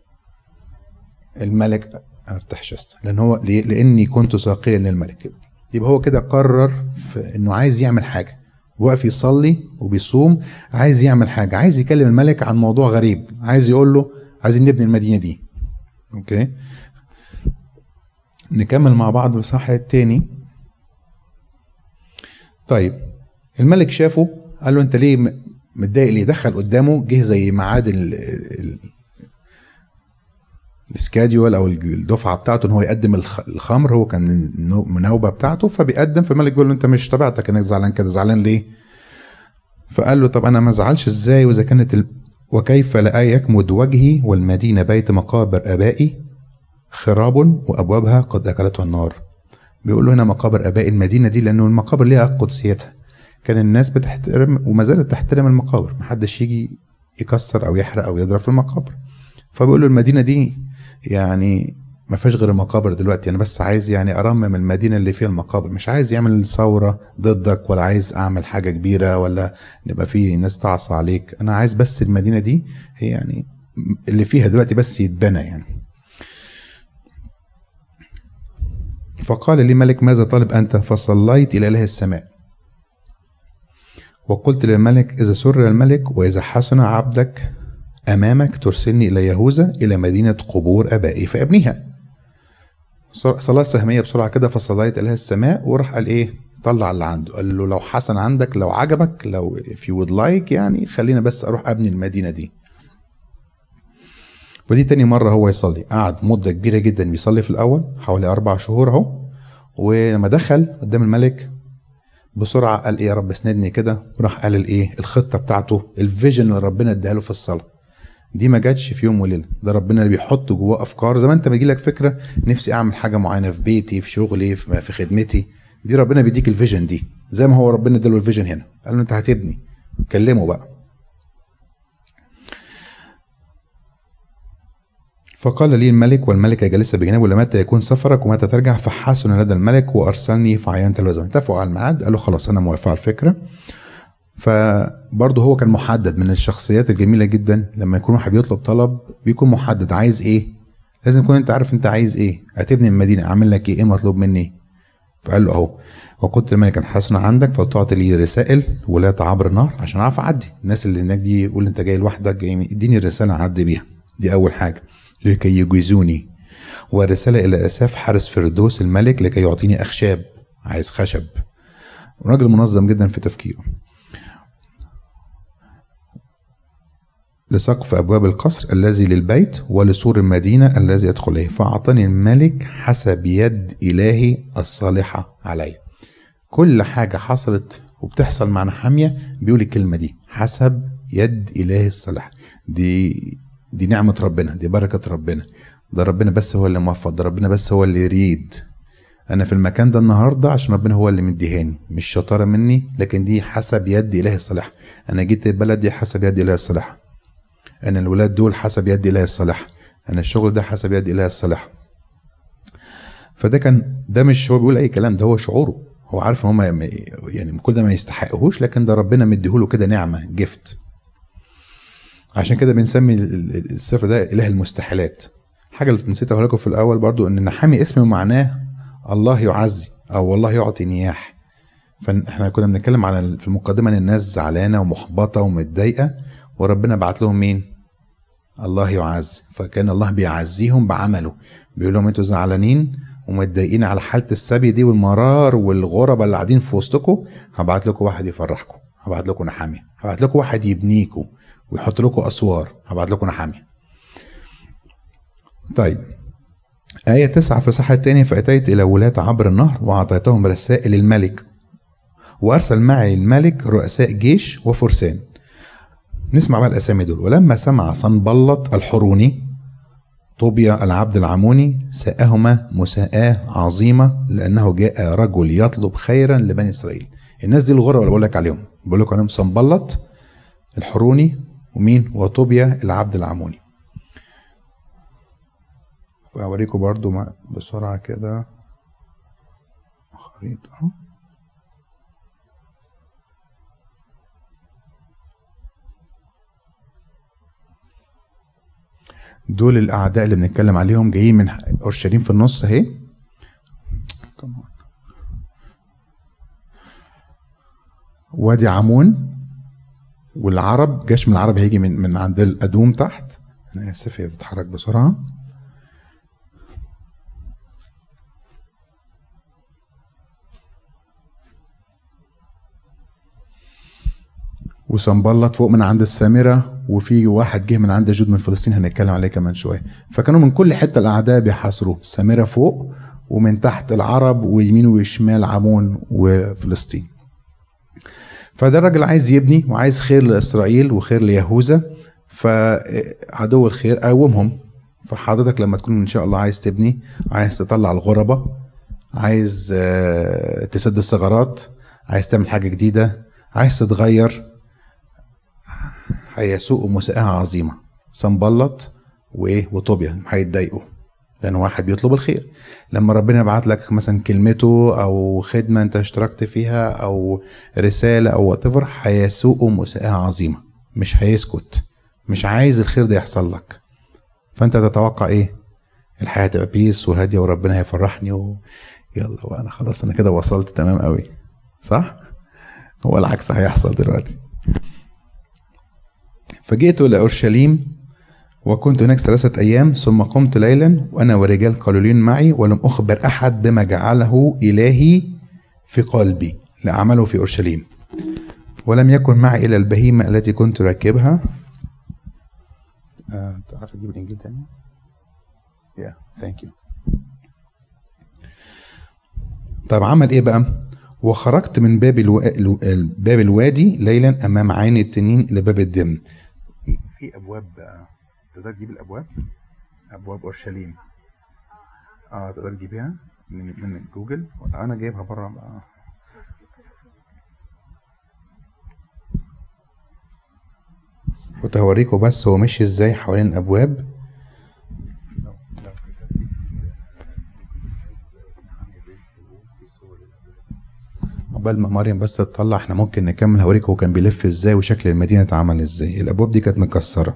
الملك ارتحشست. لاني كنت ساقيا للملك. يبقى هو كده قرر في انه عايز يعمل حاجة، واقف يصلي وبيصوم، عايز يعمل حاجة، عايز يكلم الملك عن موضوع غريب، عايز يقول له عايزين نبني المدينة دي. اوكي، نكمل مع بعض الإصحاح التاني. طيب الملك شافه قال له انت ليه متضايق ليه؟ دخل قدامه، جه زي ميعاد السكاديول او الدفعه بتاعته ان هو يقدم الخمر. هو كان النوبه بتاعته فبيقدم، فالملك بيقول له انت مش طبيعتك انك زعلان كده، زعلان ليه؟ فقال له طب انا ما ازعلش ازاي واذا كانت وكيف لا يكمد وجهي والمدينه بيت مقابر ابائي خراب وابوابها قد اكلتها النار. بيقول له هنا مقابر ابائي، المدينه دي لانه المقابر ليها قدسيتها، كان الناس بتحترم وما زالت تحترم المقابر، محدش يجي يكسر او يحرق او يضرب في المقابر. فبيقول له المدينه دي يعني ما فيهاش غير المقابر دلوقتي، انا بس عايز يعني ارمم المدينه اللي فيها المقابر، مش عايز يعمل ثوره ضدك ولا عايز اعمل حاجه كبيره ولا نبقى فيه ناس تعصى عليك، انا عايز بس المدينه دي هي يعني اللي فيها دلوقتي بس يتبنى يعني. فقال لي ملك ماذا طالب انت؟ فصليت الى اله السماء وقلت للملك اذا سر الملك واذا حسن عبدك امامك ترسلني الى يهوذا الى مدينه قبور ابائي فابنيها. صلاه سهميه بسرعه كده. فصليت اله السماء وراح قال ايه؟ طلع اللي عنده، قال له لو حسن عندك، لو عجبك، لو if you would like يعني خلينا بس اروح ابني المدينه دي. ودي تاني مره هو يصلي، قعد مده كبيره جدا بيصلي في الاول حوالي 4 شهور اهو. ولما دخل قدام الملك بسرعه قال ايه؟ يا رب اسندني كده. وراح قال الايه؟ الخطه بتاعته، الفيجن اللي ربنا اداها له في الصلاه دي ما جاتش في يوم وليله، ده ربنا اللي بيحط جواه افكار. زي ما انت بيجي لك فكره نفسي اعمل حاجه معينه في بيتي، في شغلي، في خدمتي، دي ربنا بيديك الفيجن دي، زي ما هو ربنا اداله الفيجن هنا. قال له انت هتبني، كلمه بقى. فقال لي الملك والملكه جالسه بجانبه لمتى يكون سفرك ومتى ترجع؟ فحسن لدى الملك وارسلني فعينت له زمان. اتفقوا على الميعاد، قال له خلاص انا موافق على الفكره. فبرضه هو كان محدد، من الشخصيات الجميله جدا لما يكون واحد بيطلب طلب بيكون محدد عايز ايه. لازم تكون انت عارف انت عايز ايه، هتبني المدينه، اعمل لك ايه مطلوب مني. فقال له اهو وقلت للملك ان حسن عندك فتعطي لي رسائل ولا عبر النهر عشان اعرف اعدي. الناس اللي هناك دي يقول انت جاي لوحدك، جاي اديني الرساله اعدي بيها، دي اول حاجه. لكي يجيزوني. ورساله الى اساف حارس فردوس الملك لكي يعطيني اخشاب، عايز خشب. راجل منظم جدا في تفكيره. لسقف أبواب القصر الذي للبيت ولسور المدينة الذي يدخل إليه. فأعطاني الملك حسب يد إلهي الصالحة علي. كل حاجة حصلت وبتحصل مع نحمية بيقول الكلمة دي، حسب يد إلهي الصالحة. دي نعمة ربنا، دي بركة ربنا، ده ربنا بس هو اللي موفق، ده ربنا بس هو اللي يريد. انا في المكان ده النهارده عشان ربنا هو اللي مديهاني، مش شطاره مني، لكن دي حسب يد اله الصالحه. انا جيت البلد دي حسب يد اله الصالحه، انا الولاد دول حسب يد اله الصالحه، انا الشغل ده حسب يد اله الصالحه. فده كان، ده مش هو بيقول اي كلام، ده هو شعوره، هو عارف ان هم يعني كل ده ما يستحقهوش، لكن ده ربنا مديهوله كده نعمه، جفت. عشان كده بنسمي السفر ده اله المستحيلات. حاجه اللي نسيت اقول لكم في الاول برضو، ان نحامي اسمه معناه الله يعزي او والله يعطي نياح. فاحنا كنا بنتكلم على في المقدمه ان الناس زعلانه ومحبطه ومتضايقه، وربنا بعت لهم مين؟ الله يعزي. فكان الله بيعزيهم بعمله، بيقول لهم انتوا زعلانين ومتضايقين على حاله السبي دي والمرار والغربه اللي قاعدين في وسطكم، هبعت لكم واحد يفرحكم، هبعت لكم نحامي، هبعت لكم واحد يبنيكم ويحط لكم اسوار، هبعت لكم نحامي. طيب آية 9 في الإصحاح الثاني، فأتيت إلى ولاة عبر النهر وأعطيتهم رسائل الملك، وأرسل معي الملك رؤساء جيش وفرسان. نسمع بقى الأسامي دول. ولما سمع صنبلط الحروني طوبيا العبد العموني ساءهما مساءة عظيمة، لأنه جاء رجل يطلب خيرا لبني إسرائيل. الناس دي الغرة اللي بقول لك عليهم، بقول لك عليهم صنبلط الحروني ومين؟ وطوبيا العبد العموني. وأوريكم برضو بسرعة كده خريطة. دول الأعداء اللي بنتكلم عليهم، جايين من أورشليم في النص اهي. وادي عمون، والعرب جيش من العرب هيجي من عند الأدوم تحت. أنا آسف، هي بتتحرك بسرعة. وصنبلط فوق من عند السامرة، وفي واحد جه من عند جود من فلسطين هنتكلم عليه كمان شويه. فكانوا من كل حته الاعداء بيحاصروه، السامرة فوق ومن تحت العرب ويمين وشمال عمون وفلسطين. فده الراجل عايز يبني وعايز خير لاسرائيل وخير ليهوذا، فعدو الخير قاومهم. فحضرتك لما تكون ان شاء الله عايز تبني، عايز تطلع الغربة، عايز تسد الثغرات، عايز تعمل حاجه جديده، عايز تتغير، هيسوء مساءة عظيمة. صنبلط وطوبيا هيتضايقوا، لأن واحد بيطلب الخير. لما ربنا يبعت لك مثلا كلمته أو خدمة أنت اشتركت فيها أو رسالة أو whatever، هيسوء مساءة عظيمة، مش هيسكت، مش عايز الخير ده يحصل لك. فأنت تتوقع إيه؟ الحياة تبقى بيس وهادية وربنا هيفرحني يلا وأنا خلاص أنا كده وصلت تمام قوي، صح؟ هو العكس هيحصل دلوقتي. فجئت إلى أورشليم وكنت هناك 3 أيام، ثم قمت ليلا وأنا ورجال قليلين معي، ولم أخبر أحد بما جعله إلهي في قلبي لأعمله في أورشليم، ولم يكن معي إلا البهيمة التي كنت راكبها. تعرف تجيب الإنجيل تاني؟ thank you. طب عمل إيه بقى؟ وخرجت من باب الوادي ليلا أمام عين التنين لباب الدم. في أبواب، تقدر تجيب الأبواب؟ أبواب أورشليم. تقدر تجيبها من جوجل؟ أنا جايبها بره بقى. كنت هوريكم بس هو ماشي ازاي حوالين الأبواب. قبل ما مريم بس تطلع احنا ممكن نكمل، هوريكم هو كان بيلف ازاي وشكل المدينة اتعمل ازاي. الأبواب دي كانت مكسرة.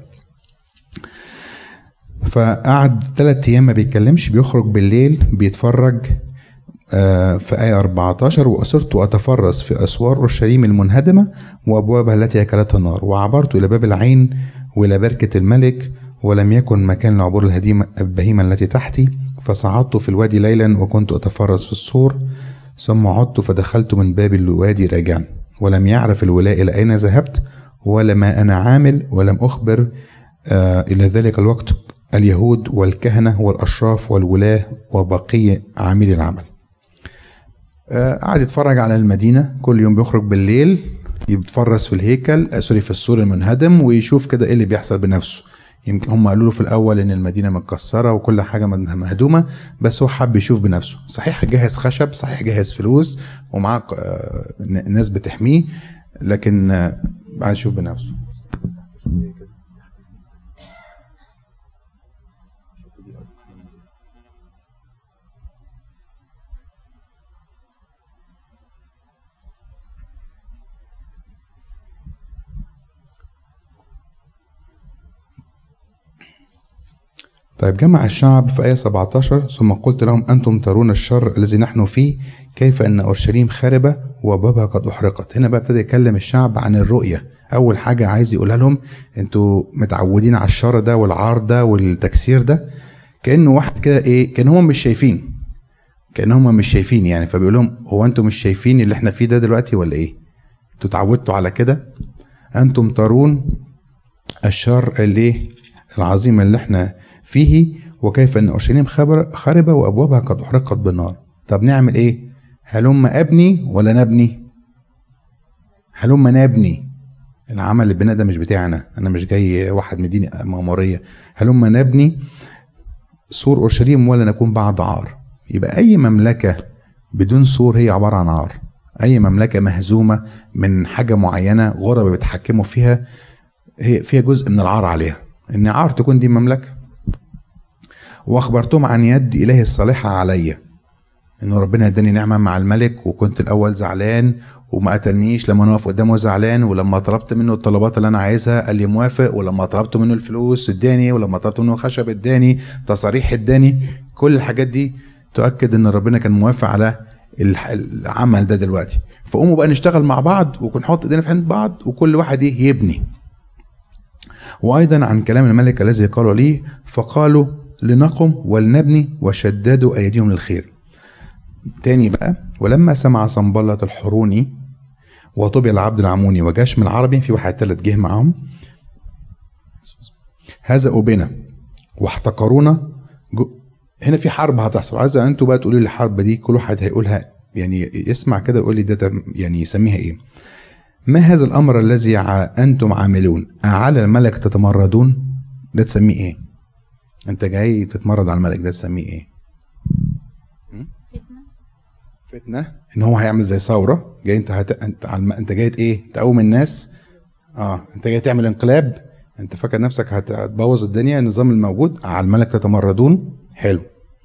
فقعد 3 أيام ما بيتكلمش، بيخرج بالليل بيتفرج. في آية 14 وأصرت أتفرس في أسوار أورشليم المنهدمة وأبوابها التي أكلتها النار، وعبرت إلى باب العين وإلى بركة الملك، ولم يكن مكان لعبور البهيمة التي تحتي. فصعدت في الوادي ليلا وكنت أتفرس في السور، ثم عدت فدخلت من باب الوادي راجعا، ولم يعرف الولاء إلى أين ذهبت ولا ما أنا عامل، ولم أخبر إلى ذلك الوقت اليهود والكهنة والأشراف والولاة وبقية عاملي العمل. قعد يتفرج على المدينة، كل يوم بيخرج بالليل يتفرس في الهيكل، في السور المنهدم، ويشوف كده ايه اللي بيحصل بنفسه. يمكن هم قالوا له في الاول ان المدينه متكسره وكل حاجه مهدومه، بس هو حب يشوف بنفسه. صحيح جهز خشب، صحيح جهز فلوس ومعاه ناس بتحميه، لكن عايز يشوف بنفسه. طيب جمع الشعب في آية 17 ثم قلت لهم أنتم ترون الشر الذي نحن فيه، كيف أن أورشليم خاربة وبابها قد أحرقت. هنا بقى ابتدى يكلم الشعب عن الرؤية. أول حاجة عايز يقولها لهم أنتوا متعودين على الشر ده والعار ده والتكسير ده، كأنه واحد كده إيه، كأنهم مش شايفين يعني. فبيقول لهم هو أنتم مش شايفين اللي احنا فيه ده دلوقتي ولا إيه؟ أنتوا اتعودتوا على كده؟ أنتم ترون الشر اللي العظيم اللي احنا فيه، وكيف ان اورشليم خربة وابوابها قد احرقت بالنار. طب نعمل ايه؟ هلم ابني ولا نبني؟ هلم نبني. العمل البناء ده مش بتاعنا، انا مش جاي واحد مدينة مأمورية. هلم نبني سور اورشليم ولا نكون بعد عار. يبقى اي مملكة بدون سور هي عبارة عن عار. اي مملكة مهزومة من حاجة معينة غربة بيتحكموا فيها، هي فيها جزء من العار عليها، ان عار تكون دي مملكة. واخبرتهم عن يد الهي الصالحة عليا، انه ربنا اداني نعمة مع الملك، وكنت الاول زعلان وما قتلنيش لما انا واقف قدامه زعلان، ولما طلبت منه الطلبات اللي انا عايزها قال لي موافق، ولما طلبت منه الفلوس اداني، ولما طلبت منه خشب اداني، تصاريح اداني. كل الحاجات دي تؤكد ان ربنا كان موافق على العمل ده دلوقتي. فقوموا بقى نشتغل مع بعض ونحط ايدينا في عند بعض، وكل واحد يبني. وايضا عن كلام الملك الذي قالوا لي، فقالوا لنقم ولنبني وشددوا ايديهم للخير. تاني بقى، ولما سمع صنبلة الحروني وطوبيا العبد العموني وجشم العربي، في واحد تالت جه معاهم، هزأوا بنا واحتقرونا. هنا في حرب هتحصل. عايز انتوا بقى تقولوا لي الحرب دي، كل واحد هيقولها يعني يسمع كده ويقول لي ده يعني يسميها ايه. ما هذا الامر الذي انتم عاملون؟ أعلى الملك تتمردون؟ ده تسميه ايه؟ انت جاي تتمرد على الملك، ده تسميه ايه؟ فتنة. ان هو هيعمل زي ثورة، جاي انت جاي ايه؟ تقوم الناس. انت جاي تعمل انقلاب، انت فاكر نفسك هتبوظ الدنيا النظام الموجود. على الملك تتمردون. حلو.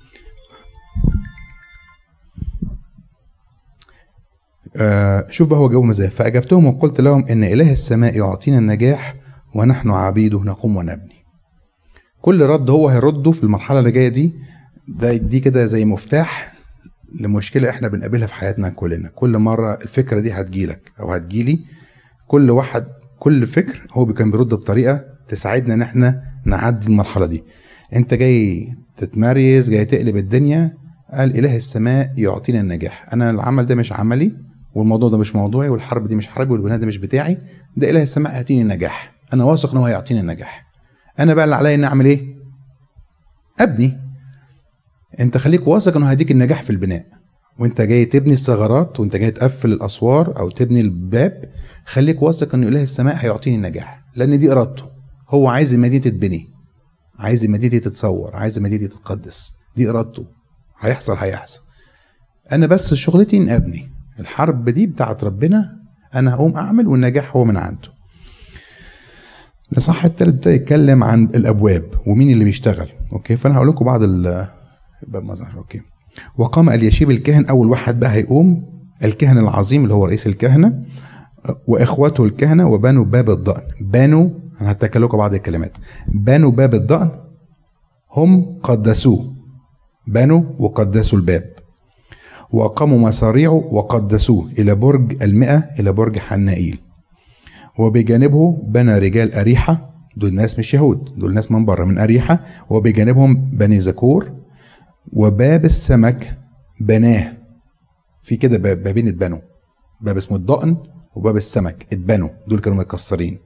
شوف بقى هو جاوبهم ازاي. فاجبتهم وقلت لهم ان اله السماء يعطينا النجاح ونحن عبيده نقوم ونبني. كل رد هو هيرده في المرحله اللي جايه دي كده زي مفتاح لمشكله احنا بنقابلها في حياتنا كلنا. كل مره الفكره دي هتجيلك او هتجيلي، كل فكر هو كان بيرد بطريقه تساعدنا ان احنا نعدي المرحله دي. انت جاي تتمريز، جاي تقلب الدنيا، قال اله السماء يعطينا النجاح. انا العمل ده مش عملي، والموضوع ده مش موضوعي، والحرب دي مش حربي، والبناء ده مش بتاعي، ده اله السماء هيعطيني النجاح. انا واثق ان هو هيعطيني النجاح. انا بقى اللي عليا اني اعمل ايه؟ ابني. انت خليك واثق انه هيديك النجاح في البناء، وانت جاي تبني الثغرات، وانت جاي تقفل الاسوار او تبني الباب، خليك واثق ان اله السماء هيعطيني النجاح، لان دي ارادته. هو عايز المدينه تتبني، عايز المدينه تتصور، عايز المدينه تتقدس، دي ارادته. هيحصل. انا بس شغلتي ان ابني. الحرب دي بتاعت ربنا، انا هقوم اعمل، والنجاح هو من عنده. الإصحاح التالت بتاعي يتكلم عن الابواب ومين اللي بيشتغل. اوكي، فانا هقول لكم بعض الباب مظهر. اوكي. وقام اليشيب الكاهن، اول واحد بقى هيقوم، الكاهن العظيم اللي هو رئيس الكهنه، واخوته الكهنه، وبنوا باب الضأن. بنوا، انا هتكلم لكم بعض الكلمات. بنوا باب الضأن، هم قدسوه، بنوا وقدسوا الباب، وأقاموا مصاريعه وقدسوه إلى برج 100 إلى برج حنائيل. وبجانبه بنى رجال أريحة، دول ناس مش يهود، دول ناس من بره من أريحة، وبجانبهم بني زكور. وباب السمك بناه. في كده بابين اتبنوا، باب اسمه الضأن وباب السمك اتبنوا، دول كانوا متكسرين.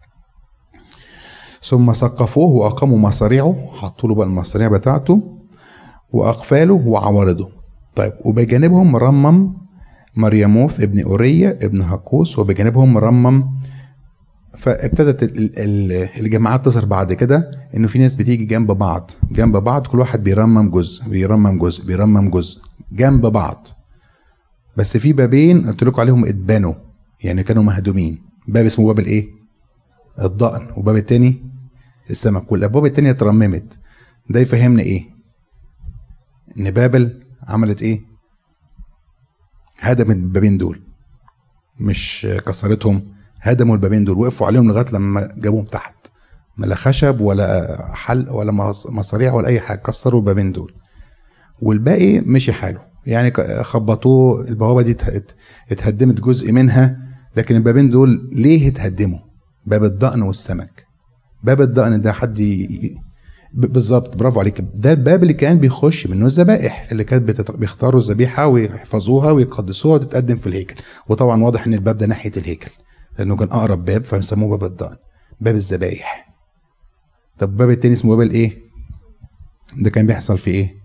ثم سقفوه وأقاموا مصاريعه، حطوا له بقى المصاريع بتاعته وأقفاله وعوارضه. طيب، وبجانبهم رمم مريموث ابن أورية ابن هقوس، وبجانبهم رمم فابتدت الجماعات تظهر بعد كده، انه في ناس بتيجي جنب بعض، كل واحد بيرمم جزء جنب بعض. بس في بابين قلت لكم عليهم اتبنوا، يعني كانوا مهدومين. باب اسمه باب الايه؟ الضأن، وباب التاني السمك، والابواب التانية اترممت. ده يفهمنا ايه؟ ان بابل عملت ايه؟ هدمت البابين دول، مش كسرتهم، هدموا البابين دول، وقفوا عليهم لغايه لما جابوهم تحت. لا خشب ولا حل ولا مصاريع ولا اي حاجه، كسروا البابين دول. والباقي مشي حاله، يعني خبطوه. البوابه دي اتهدمت جزء منها، لكن البابين دول ليه اتهدموا؟ باب الضأن والسمك. باب الضأن ده بالظبط، برافو عليك، ده الباب اللي كان بيخش منه الذبائح، اللي كانت بيختاروا الذبيحه ويحفظوها ويقدسوها وتتقدم في الهيكل. وطبعا واضح ان الباب ده ناحيه الهيكل لانه كان اقرب باب، فسموه باب الضأن، باب الذبائح. طب الباب التاني اسمه باب الايه؟ ده كان بيحصل في ايه؟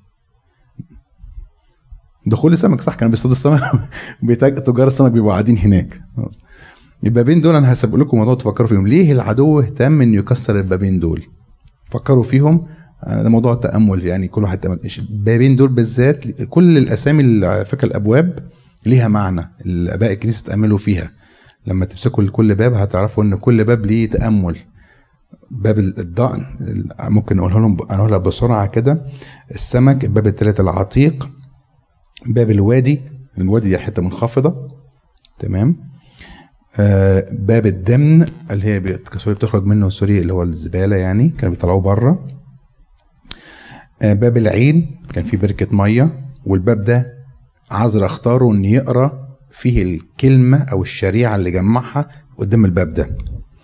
دخول السمك، صح؟ كانوا بيصطادوا السمك تجار السمك بيبقوا قاعدين هناك. البابين دول انا هسيب لكم موضوع تفكروا فيهم. ليه العدو اهتم انه يكسر البابين دول؟ فكروا فيهم، ده موضوع تأمل، يعني كل واحد تأمل. البابين دول بالذات، كل الاسامي اللي فاكر الابواب ليها معنى، الاباء الكنيسه تأملوا فيها. لما تمسكوا لكل باب هتعرفوا ان كل باب ليه تأمل. باب الضأن ممكن نقولها بسرعه كده: السمك. الباب الثالث العتيق. باب الوادي دي حته منخفضه، تمام. باب الدمن اللي هي بتخرج منه سوري، اللي هو الزباله، يعني كانوا بيطلعوه بره. باب العين كان فيه بركه ميه، والباب ده عذرا اختاره ان يقرا فيه الكلمه او الشريعه اللي جمعها قدام الباب ده.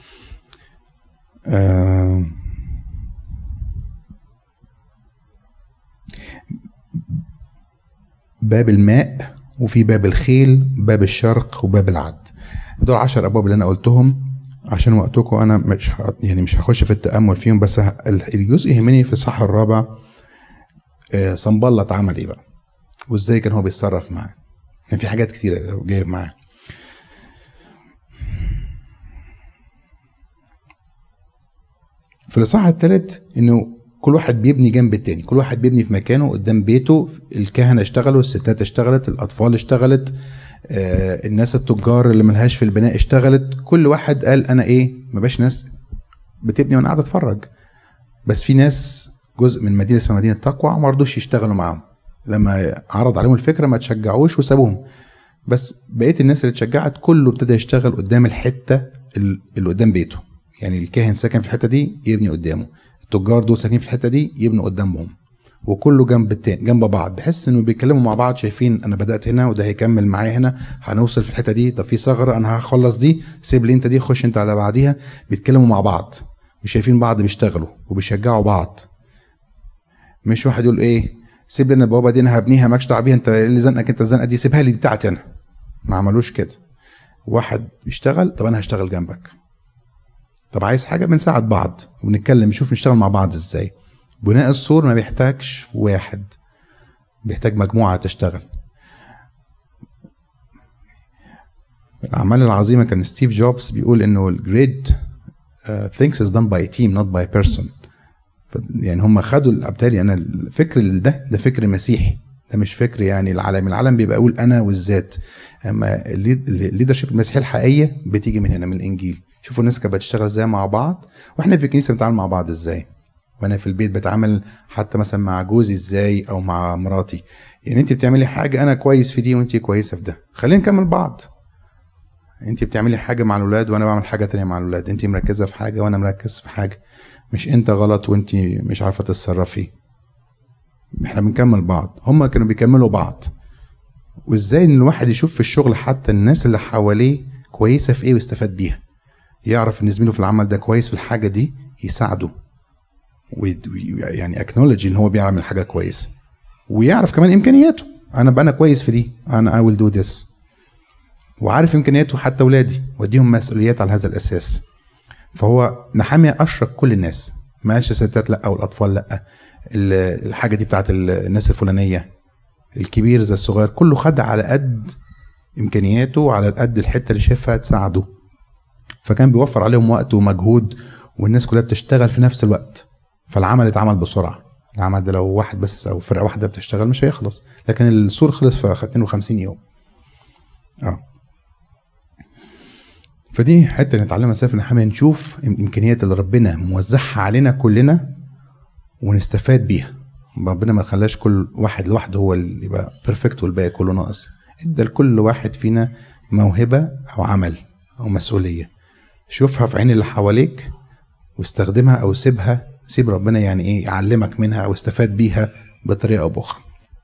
باب الماء، وفي باب الخيل، باب الشرق، وباب العد. دول 10 ابواب اللي انا قلتهم عشان وقتكم، انا مش هخش في التامل فيهم. بس الجزء يهمني في الصح الرابع صنبلط عمل ايه بقى، وازاي كان هو بيتصرف معاه. يعني في حاجات كتيره جايه معاه. في الاصحاح الثالث انه كل واحد بيبني جنب التاني، كل واحد بيبني في مكانه قدام بيته. الكهنه اشتغلوا، الستات اشتغلت، الاطفال اشتغلت، الناس التجار اللي ملهاش في البناء اشتغلت. كل واحد قال انا ايه، ما باش ناس بتبني وانا قاعد اتفرج. بس في ناس جزء من مدينه اسمها مدينه تقوى ما رضوش يشتغلوا معاهم، لما عرض عليهم الفكره ما تشجعوش وسابوهم. بس بقيه الناس اللي اتشجعت كله ابتدى يشتغل قدام الحته اللي قدام بيته. يعني الكاهن ساكن في الحته دي يبني قدامه، التجار دول ساكنين في الحته دي يبنوا قدامهم، وكله جنب التاني جنب بعض، بحس انه بيتكلموا مع بعض. شايفين انا بدات هنا وده هيكمل معايا هنا، هنوصل في الحته دي. طب في ثغره انا هخلص دي، سيب لي انت دي، خش انت على بعديها. بيتكلموا مع بعض وشايفين بعض بيشتغلوا وبيشجعوا بعض. مش واحد يقول ايه سيب لي انا البوابه دي انا هبنيها مالكش دعوه بيها، انت اللي زنقك، انت الزنقه دي سيبها لي، دي بتاعتي انا. ما عملوش كده. واحد بيشتغل، طب انا هشتغل جنبك. طب عايز حاجه، بنساعد بعض وبنتكلم نشوف نشتغل مع بعض ازاي. بناء السور ما بيحتاجش واحد، بيحتاج مجموعه تشتغل. الاعمال العظيمه كان ستيف جوبز بيقول انه great things is done by a team not by a person. يعني هم خدوا الابتالي. انا الفكر ده فكر مسيحي، ده مش فكر يعني العالم بيبقى يقول انا والذات. اما الليدرشيب المسيحيه الحقيقيه بتيجي من هنا، من الانجيل. شوفوا الناس كانت بتشتغل ازاي مع بعض، واحنا في الكنيسه بنتعامل مع بعض ازاي، وانا في البيت بتعامل حتى مثلا مع جوزي ازاي او مع مراتي. يعني انت بتعملي حاجه انا كويس في دي وانت كويسه في ده، خلينا نكمل بعض. انت بتعملي حاجه مع الاولاد وانا بعمل حاجه تانية مع الاولاد، انت مركزه في حاجه وانا مركز في حاجه، مش انت غلط وانت مش عارفه تتصرفي. احنا بنكمل بعض، هم كانوا بيكملوا بعض. وازاي ان الواحد يشوف في الشغل حتى الناس اللي حواليه كويسه في ايه ويستفاد بيها، يعرف ان زميله في العمل ده كويس في الحاجه دي يساعده، يعني اكنولوجي ان هو بيعمل حاجه كويسه، ويعرف كمان امكانياته. انا كويس في دي، انا I will do this، وعارف امكانياته حتى اولادي واديهم مسؤوليات على هذا الاساس. فهو نحامية اشرك كل الناس، ما قالش الستات لا او الاطفال لا، الحاجه دي بتاعت الناس الفلانيه، الكبير زي الصغير، كله خد على قد امكانياته وعلى قد الحته اللي شافها تساعده. فكان بيوفر عليهم وقت ومجهود، والناس كلها بتشتغل في نفس الوقت، فالعمل اتعمل بسرعه. العمل ده لو واحد بس او فرقه واحده بتشتغل مش هيخلص، لكن السور خلص في 52 يوم. فدي حته نتعلمها سيف النحاميه، نشوف الامكانيات اللي ربنا موزعها علينا كلنا ونستفاد بيها. ربنا ما خلاش كل واحد لوحده هو اللي يبقى بيرفكت والباقي كله ناقص، ادى لكل واحد فينا موهبه او عمل او مسؤوليه، شوفها في عين اللي حواليك واستخدمها، او سيب ربنا يعني ايه يعلمك منها او استفاد بيها بطريقه او باخرى.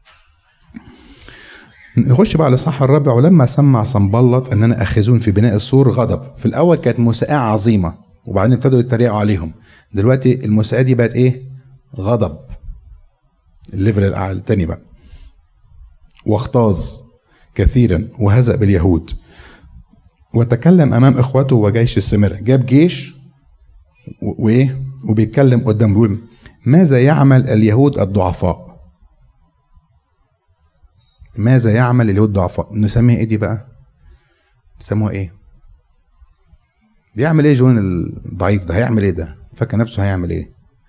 نخش بقى على الإصحاح الرابع. ولما سمع صنبلط اننا اخذون في بناء السور غضب. في الاول كانت مساءة عظيمه، وبعدين ابتدوا يتريقوا عليهم. دلوقتي المساءة دي بقت ايه؟ غضب، الليفل التاني بقى. واغتاظ كثيرا وهزأ باليهود وتكلم امام اخوته وجيش السامرة. جاب جيش وايه وبيتكلم قدام، بيقول ماذا يعمل اليهود الضعفاء؟ ماذا يعمل اليهود الضعفاء؟ نسميها ايه دي بقى؟ نسموها ايه؟ بيعمل ايه جون الضعيف ده؟ هيعمل ايه ده؟ فاكر نفسه هيعمل ايه؟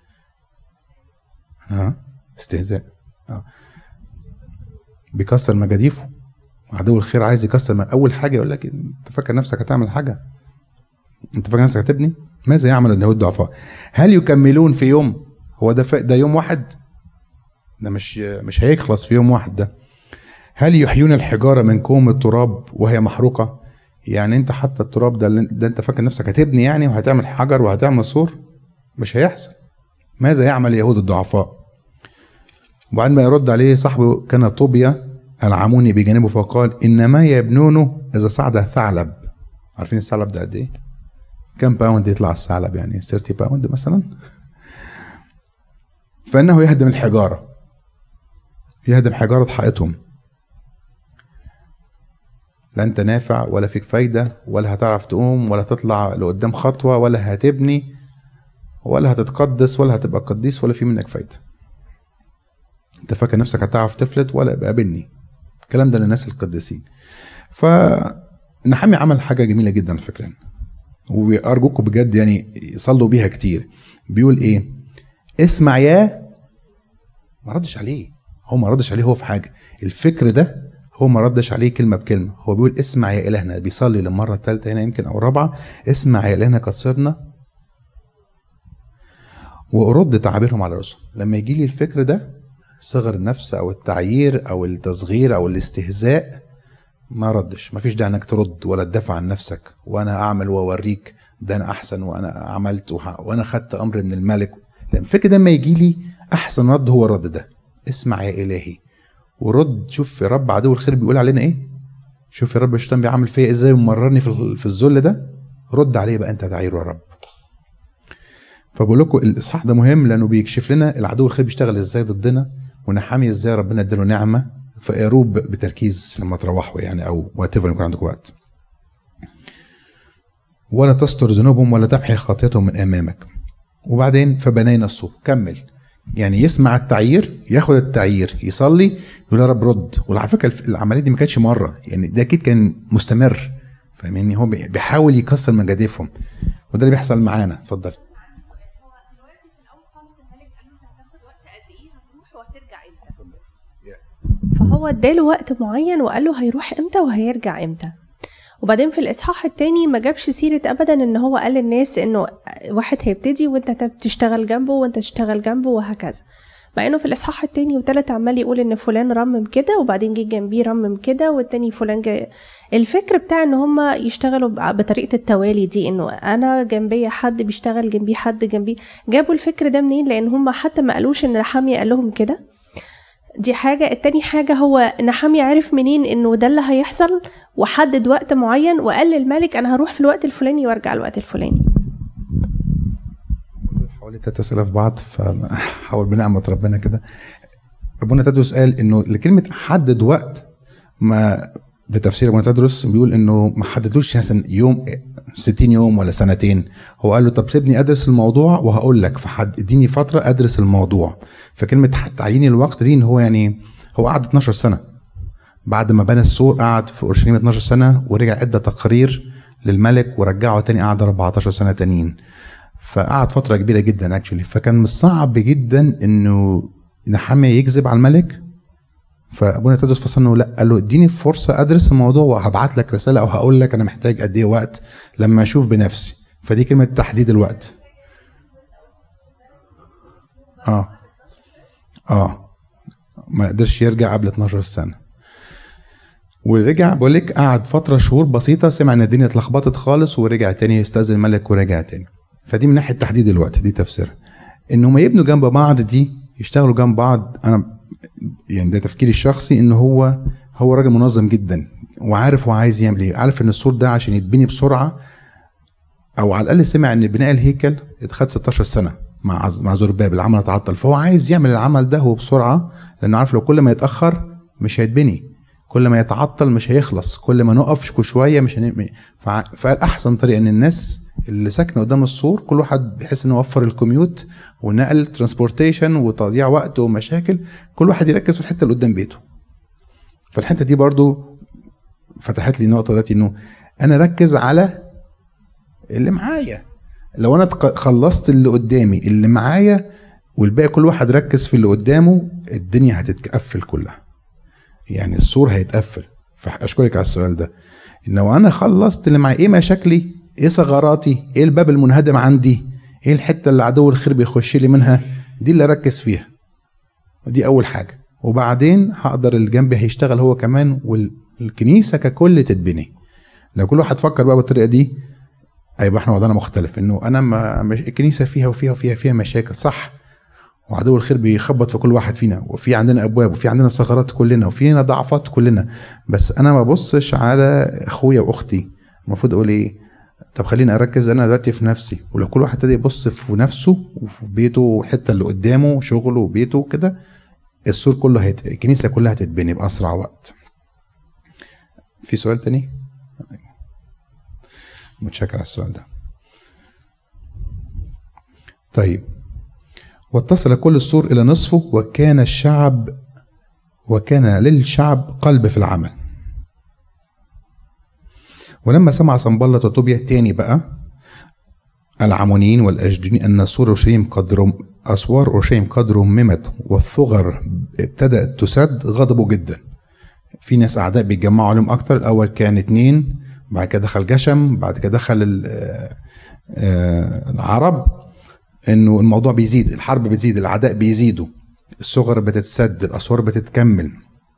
استهزاء. بيكسر مجاديفه. عدو الخير عايز يكسر اول حاجه يقول لك انت فاكر نفسك هتعمل حاجه؟ انت فاكر نفسك هتبني؟ ماذا يعمل اليهود الضعفاء؟ هل يكملون في يوم؟ هو ده يوم واحد؟ ده مش هيخلص في يوم واحد ده. هل يحيون الحجاره من كوم التراب وهي محروقه؟ يعني انت حتى التراب ده انت فاكر نفسك هتبني يعني وهتعمل حجر وهتعمل سور؟ مش هيحصل. ماذا يعمل اليهود الضعفاء؟ وبعد ما يرد عليه صاحبه كان طوبيا العموني بجانبه فقال انما يبنونه اذا صعد ثعلب. عارفين الثعلب ده قد ايه؟ كم باوند يطلع الثعلب؟ يعني 30 باوند مثلا. فانه يهدم الحجاره، يهدم حجاره حائطهم. لا انت نافع ولا فيك فايده ولا هتعرف تقوم ولا تطلع لقدام خطوه ولا هتبني ولا هتتقدس ولا هتبقى قديس ولا في منك فايده. انت فاكر نفسك هتعرف تفلت ولا ابقى بني. الكلام ده للناس القديسين. فنحامي عمل حاجه جميله جدا على فكره، وارجوكم بجد يعني صلوا بيها كتير. بيقول ايه؟ اسمع يا، ما ردش عليه، هو ما ردش عليه هو في حاجه. الفكر ده هو ما ردش عليه كلمه بكلمه، هو بيقول اسمع يا الهنا. بيصلي للمره الثالثه هنا يمكن او الرابعه، اسمع يا الهنا قد صرنا وارد تعابيرهم على رؤوسهم. لما يجي لي الفكر ده، صغر النفس او التعيير او التصغير او الاستهزاء، ما ردش. ما فيش داعي انك ترد ولا تدافع عن نفسك وانا اعمل واوريك ده انا احسن وانا عملت وانا خدت امر من الملك. لان الفكر ده ما يجي لي، احسن رد هو الرد ده، اسمع يا الهي ورد. شوف يا رب عدو الخير بيقول علينا ايه، شوف يا رب الشيطان بيعمل فيا ازاي ومررني في الذل ده، رد عليه بقى انت تعيره يا رب. فبقول لكم الاصحاح ده مهم لانه بيكشف لنا العدو الخير بيشتغل ازاي ضدنا، ونحامي ازاي ربنا اداله نعمه. فاقروه بتركيز لما تروحوا يعني او وقت يكون عندكم وقت. ولا تستر ذنوبهم ولا تمحي خطيتهم من امامك. وبعدين فبنينا السور. كمل يعني، يسمع التعيير، ياخد التعيير، يصلي، يقول يا رب رد. وعلى فكره العمليه دي ما كانتش مره يعني، ده اكيد كان مستمر. فاهمني؟ هو بيحاول يكسر مجاديفهم، وده اللي بيحصل معانا. اتفضل. فهو اداله وقت معين وقال له هيروح امتى وهيرجع امتى. وبعدين في الاصحاح التاني ما جابش سيره ابدا ان هو قال للناس انه واحد هيبتدي وانت تشتغل جنبه وانت تشتغل جنبه وهكذا، مع انه في الاصحاح التاني والتالت عمال يقول ان فلان رمم كده وبعدين جه جنبيه رمم كده والتاني فلان جاي. الفكر بتاع ان هم يشتغلوا بطريقه التوالي دي، انه انا جنبي حد بيشتغل جنبي حد جنبي. جابوا الفكر ده منين؟ لان هم حتى ما قالوش ان نحامي قال لهم كده. دي حاجة. التاني حاجة، هو نحامي عارف منين انه ده اللي هيحصل وحدد وقت معين وقال للملك انا هروح في الوقت الفلاني وارجع الوقت الفلاني. حوالي 3 أسئلة في بعض، فحاول بنعمة ربنا كده. ابونا تدرس قال انه لكلمة حدد وقت، ما ده تفسير ابونا تدرس بيقول انه ما حددلوش مثلا يوم 60 يوم ولا سنتين. هو قال له طب سيبني ادرس الموضوع وهقول لك، اديني فتره ادرس الموضوع. فكلمه تعيين الوقت دي ان هو يعني هو قعد 12 سنه بعد ما بنى السور، قعد في اورشليم 12 سنه ورجع ادى تقرير للملك ورجعه تاني، قعد 14 سنه تانيين. فقعد فتره كبيره جدا اكشولي. فكان من الصعب جدا انه نحاميه يكذب على الملك. فابونا تدرس فصل انه لا، قال له اديني فرصه ادرس الموضوع وهبعت لك رساله او هقول لك انا محتاج قد ايه وقت لما اشوف بنفسي. فدي كلمه تحديد الوقت. ما قدرش يرجع قبل 12 سنه. ورجع بقول لك قعد فتره شهور بسيطه، سمع ان الدنيا اتلخبطت خالص ورجع تاني يستاذن الملك ورجع تاني. فدي من ناحيه تحديد الوقت، دي تفسيرها. ان هم يبنوا جنب بعض، دي يشتغلوا جنب بعض. انا يعني ده تفكيري الشخصي، ان هو راجل منظم جدا وعارف هو عايز يعمل ايه. عارف ان السور ده عشان يتبني بسرعه، او على الاقل سمع ان بناء الهيكل اتخذ 16 سنه مع زربابل، العمل اتعطل. فهو عايز يعمل العمل ده هو بسرعه، لانه عارف لو كل ما يتاخر مش هيتبني، كل ما يتعطل مش هيخلص، كل ما نقف شويه مش فقال احسن طريقه ان الناس اللي ساكنه قدام السور كل واحد بيحس انه وفر الكوميوت ونقل ترانسبورتيشن وتضييع وقت ومشاكل، كل واحد يركز في الحته اللي قدام بيته. فالحته دي برضو فتحت لي النقطه دي، انه انا ركز على اللي معايا. لو انا خلصت اللي قدامي اللي معايا والباقي كل واحد ركز في اللي قدامه، الدنيا هتتقفل كلها، يعني السور هيتقفل. فاشكرك على السؤال ده. لو انا خلصت اللي معايا، ايه مشاكلي، ايه ثغراتي، ايه الباب المنهدم عندي، ايه الحته اللي عدو الخير بيخش لي منها، دي اللي اركز فيها. ودي اول حاجه. وبعدين هقدر اللي جنبي هيشتغل هو كمان، والكنيسه ككل تتبني. لو كل واحد فكر بقى بالطريقه دي هيبقى احنا وضعنا مختلف. انه انا الكنيسه فيها مشاكل صح، وعدو الخير بيخبط في كل واحد فينا، وفي عندنا ابواب، وفي عندنا ثغرات كلنا، وفينا ضعفات كلنا. بس انا ما ببصش على اخويا واختي. المفروض اقول ايه؟ طب خليني اركز انا دلوقتي في نفسي. ولو كل واحد ابتدى يبص في نفسه وفي بيته والحته اللي قدامه شغله وبيته كده، السور كله الكنيسه كلها هتتبني باسرع وقت. في سؤال تاني؟ متشكر على السؤال ده. طيب، واتصل كل السور الى نصفه، وكان للشعب قلب في العمل. ولما سمع سنبلط وطوبيا تاني بقى العمونيين والاشديين ان اسوار اورشليم قد رممت والثغر ابتدأت تسد، غضبوا جدا. في ناس اعداء بيتجمعوا عليهم اكتر. الاول كان 2، بعد كده دخل جشم، بعد كده دخل العرب. انه الموضوع بيزيد، الحرب بتزيد، الاعداء بيزيدوا، الثغر بتتسد، الاسوار بتتكمل.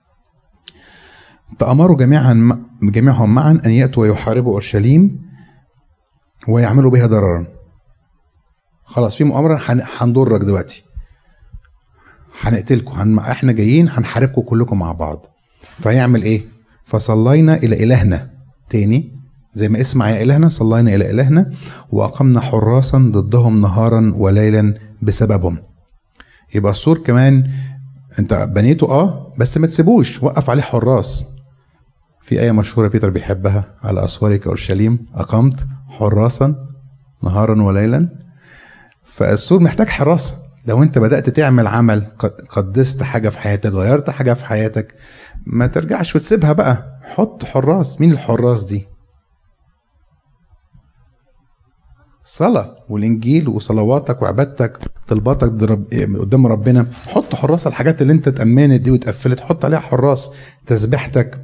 تأمروا جميعهم معا ان ياتوا ويحاربوا اورشليم ويعملوا بها ضررا. خلاص في مؤامره، هنضرك دلوقتي، هنقتلكم، احنا جايين هنحاربكم كلكم مع بعض. فيعمل ايه؟ فصلينا الى الهنا تاني، زي ما اسمع يا إلهنا، صلينا إلى إلهنا وأقمنا حراسا ضدهم نهارا وليلا بسببهم. يبقى السور كمان انت بنيته بس ما تسيبوش، وقف عليه حراس. في آية مشهورة بيتر بيحبها: على أسوارك أورشليم أقمت حراسا نهارا وليلا. فالسور محتاج حراسة. لو انت بدأت تعمل عمل، قدست حاجة في حياتك، غيرت حاجة في حياتك، ما ترجعش وتسيبها بقى، حط حراس. مين الحراس دي؟ الصلاة والإنجيل وصلواتك وعبادتك، طلباتك قدام ربنا. حط حراس الحاجات اللي انت اتأمنت دي واتقفلت، حط عليها حراس. تسبيحتك.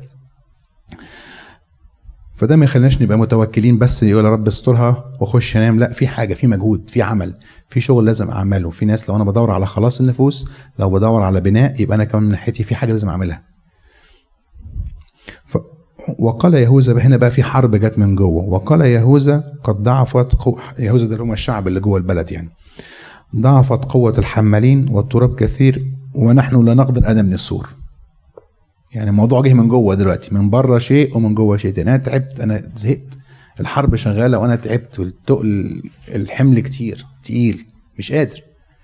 فده ما يخليناش نبقى متوكلين بس يقول يا رب استرها واخش انام. لا، في حاجة، في مجهود، في عمل، في شغل لازم اعمله. في ناس لو انا بدور على خلاص النفوس، لو بدور على بناء، يبقى انا كمان من ناحيتي في حاجة لازم اعملها. وقال يهوذا، هنا بقى في حرب جت من جوه. وقال يهوذا قد ضعفت يهوذا ده هم الشعب اللي جوه البلد، يعني ضعفت قوة الحمالين والتراب كثير ونحن لا نقدر أن نبني السور. يعني الموضوع جه من جوه دلوقتي، من بره شيء ومن جوه شيء. انا تعبت، انا زهقت، الحرب شغاله وانا تعبت، والتقل الحمل كتير تقيل، مش قادر.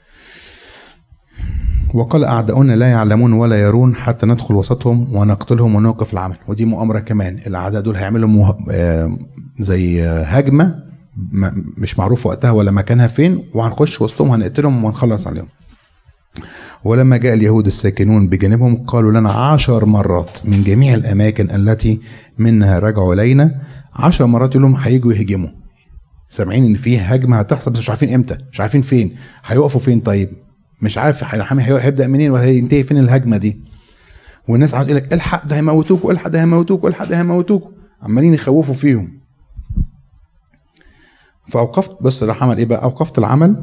وقال أعداؤنا لا يعلمون ولا يرون حتى ندخل وسطهم ونقتلهم ونوقف العمل. ودي مؤامرة كمان. الأعداء دول هيعملوا زي هجمة مش معروف وقتها ولا مكانها فين، وهنخش وسطهم هنقتلهم ونخلص عليهم. ولما جاء اليهود الساكنون بجانبهم قالوا لنا 10 مرات من جميع الأماكن التي منها رجعوا إلينا. 10 مرات يقول لهم هيجوا يهجموا، سامعين ان في هجمه هتحصل بس مش عارفين امتى، مش عارفين فين، هيقفوا فين. طيب مش عارف نحامي هيبدا منين ولا هينتهي فين الهجمه دي. والناس قاعده تقول لك الحق ده هيموتوك، الحق ده هيموتوك، الحق ده هيموتوك، عمالين يخوفوا فيهم. فاوقفت، بص راح عمل ايه بقى؟ اوقفت العمل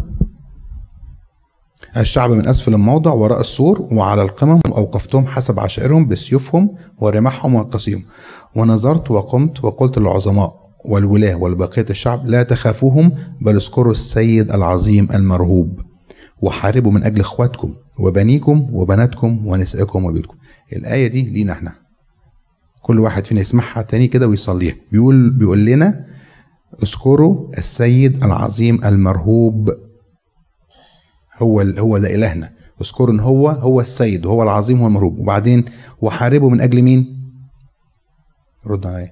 الشعب من اسفل الموضع وراء السور وعلى القمم، واوقفتهم حسب عشائرهم بسيوفهم ورماحهم وقصيهم. ونظرت وقمت وقلت للعظماء والولاة والبقية الشعب لا تخافوهم، بل اذكروا السيد العظيم المرهوب، وحاربوا من أجل إخواتكم وبنيكم وبناتكم ونسائكم وبيوتكم. الآية دي لينا احنا، كل واحد فينا يسمعها تاني كده ويصليها. بيقول لنا اذكروا السيد العظيم المرهوب، هو ده إلهنا. اذكروا ان هو السيد وهو العظيم هو المرهوب. وبعدين وحاربوا من أجل مين؟ رد عليا.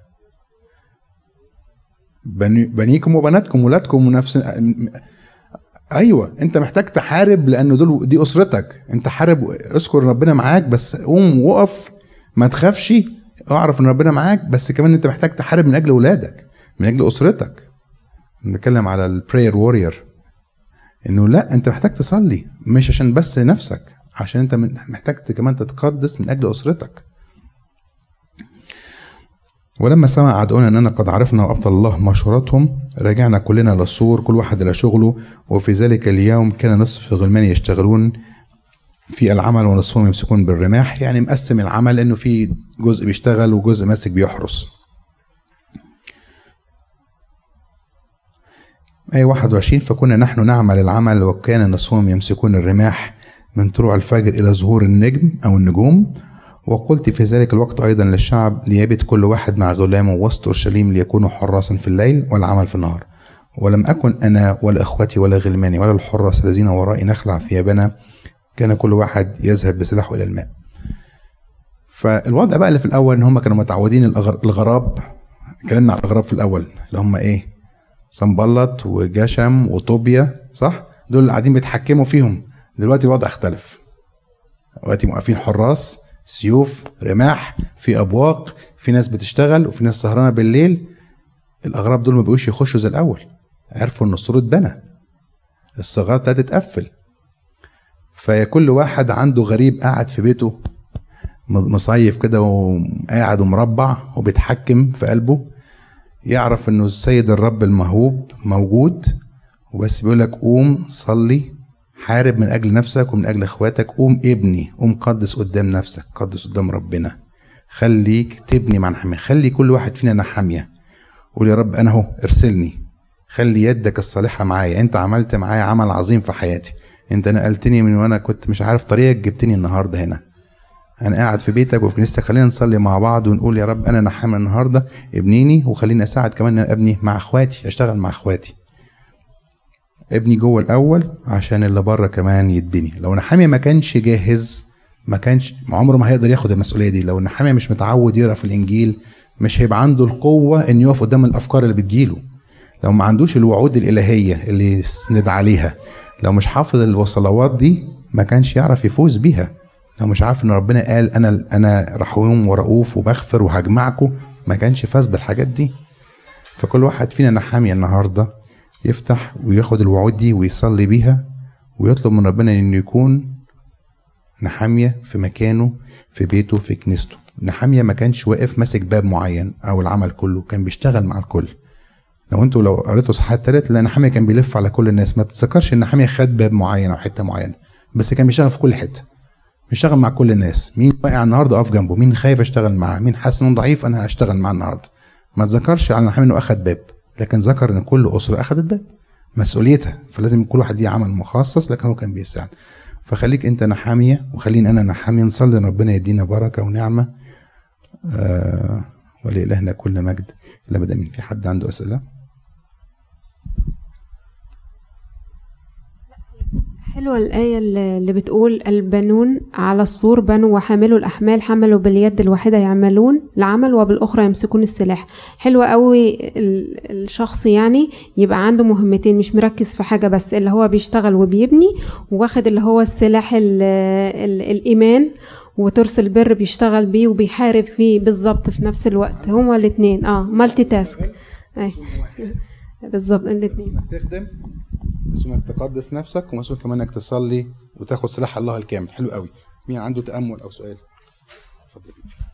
بنيكم وبناتكم ولادكم ونفس. ايوه انت محتاج تحارب، لان دي اسرتك. انت حارب، اذكر ربنا معاك، بس قوم وقف، ما تخافش، اعرف ان ربنا معاك. بس كمان انت محتاج تحارب من اجل اولادك، من اجل اسرتك. بنتكلم على البراير وورير، انه لا انت محتاج تصلي مش عشان بس نفسك، عشان انت محتاج كمان تتقدس من اجل اسرتك. ولما سمع عدونا اننا قد عرفنا وابطل الله مشورتهم، رجعنا كلنا للسور كل واحد الى شغله. وفي ذلك اليوم كان نصف غلمان يشتغلون في العمل ونصفهم يمسكون بالرماح. يعني مقسم العمل انه في جزء بيشتغل وجزء ماسك بيحرس. آية 21 فكنا نحن نعمل العمل وكان نصفهم يمسكون الرماح من طلوع الفجر الى ظهور النجم او النجوم. وقلت في ذلك الوقت أيضا للشعب ليبت كل واحد مع غلامه وسط أورشليم ليكونوا حراسا في الليل والعمل في النهار. ولم أكن أنا ولا إخوتي ولا غلماني ولا الحراس الذين ورائي نخلع ثيابنا، كان كل واحد يذهب بسلاحه إلى الماء. فالوضع بقى اللي في الأول إن هم كانوا متعودين الغراب. اتكلمنا على الغراب في الأول اللي هم إيه؟ صنبلط وجشم وطوبيا، صح؟ دول اللي قاعدين بيتحكموا فيهم. دلوقتي الوضع اختلف، دلوقتي موقفين حراس، سيوف، رماح، في ابواق، في ناس بتشتغل وفي ناس سهرانه بالليل. الاغراب دول ما بقوش يخشوا زي الاول، عرفوا ان السور اتبنى، الثغرات هتتقفل. فكل واحد عنده غريب قاعد في بيته مصيف كده وقاعد ومربع وبيتحكم في قلبه، يعرف انه السيد الرب الموهوب موجود، وبس بيقول لك قوم صلي، حارب من اجل نفسك ومن اجل اخواتك، قوم ابني، قوم قدس قدام نفسك، قدس قدام ربنا، خليك تبني مع نحامية. خلي كل واحد فينا نحامية، قول يا رب انا اهو ارسلني، خلي يدك الصالحة معايا، انت عملت معايا عمل عظيم في حياتي، انت نقلتني من وانا كنت مش عارف طريقك، جبتني النهارده هنا، انا قاعد في بيتك وفي كنيستك، خلينا نصلي مع بعض ونقول يا رب انا نحامي النهارده، ابنيني وخليني اساعد كمان ان ابني مع اخواتي، اشتغل مع اخواتي. ابني جوه الاول عشان اللي بره كمان يتبني. لو نحامي ما كانش جاهز، ما كانش عمره ما هيقدر ياخد المسؤوليه دي. لو النحامي مش متعود يقرا في الانجيل، مش هيبقى عنده القوه ان يقف قدام الافكار اللي بتجيله. لو ما عندوش الوعود الالهيه اللي يسند عليها، لو مش حافظ الصلوات دي ما كانش يعرف يفوز بيها. لو مش عارف ان ربنا قال انا رحوم ورؤوف وبغفر وهجمعكم، ما كانش فاز بالحاجات دي. فكل واحد فينا نحامي النهارده يفتح وياخد الوعود دي ويصلي بيها ويطلب من ربنا انه يكون نحامية في مكانه، في بيته، في كنيسته. نحامية ما كانش واقف ماسك باب معين او العمل كله، كان بيشتغل مع الكل. لو قريتوا صحات التالت، لا، نحامية كان بيلف على كل الناس. ما تتذكرش ان نحامية خد باب معين او حته معينه، بس كان بيشتغل في كل حته، بيشتغل مع كل الناس. مين واقع النهارده اقف جنبه، مين خايف اشتغل معاه، مين حاسس انه ضعيف انا هشتغل معاه النهارده. ما تذكرش على نحامية انه اخد باب، لكن ذكر ان كل اسره اخذت باب مسؤوليتها، فلازم كل واحد ليه عمل مخصص، لكن هو كان بيساعد. فخليك انت نحامية وخليني انا نحامية، نصلي ربنا يدينا بركه ونعمه. ولإلهنا كل مجد الى ابد امين. في حد عنده اسئله؟ حلو حلوة الآية اللي بتقول البنون على السور بنوا وحملوا الأحمال حملوا باليد الواحدة يعملون العمل وبالأخرى يمسكون السلاح. حلوة قوي الشخص يعني يبقى عنده مهمتين، مش مركز في حاجة بس، اللي هو بيشتغل وبيبني، واخد اللي هو السلاح الإيمان وترس البر بيشتغل بيه وبيحارب فيه بالظبط في نفس الوقت. هما الاثنين مالتي تاسك. بالظبط الاثنين. تخدم، مسؤول انك تقدس نفسك، ومسؤول كمان انك تصلي وتاخد سلاح الله الكامل. حلو قوي. مين عنده تأمل او سؤال؟ اتفضل.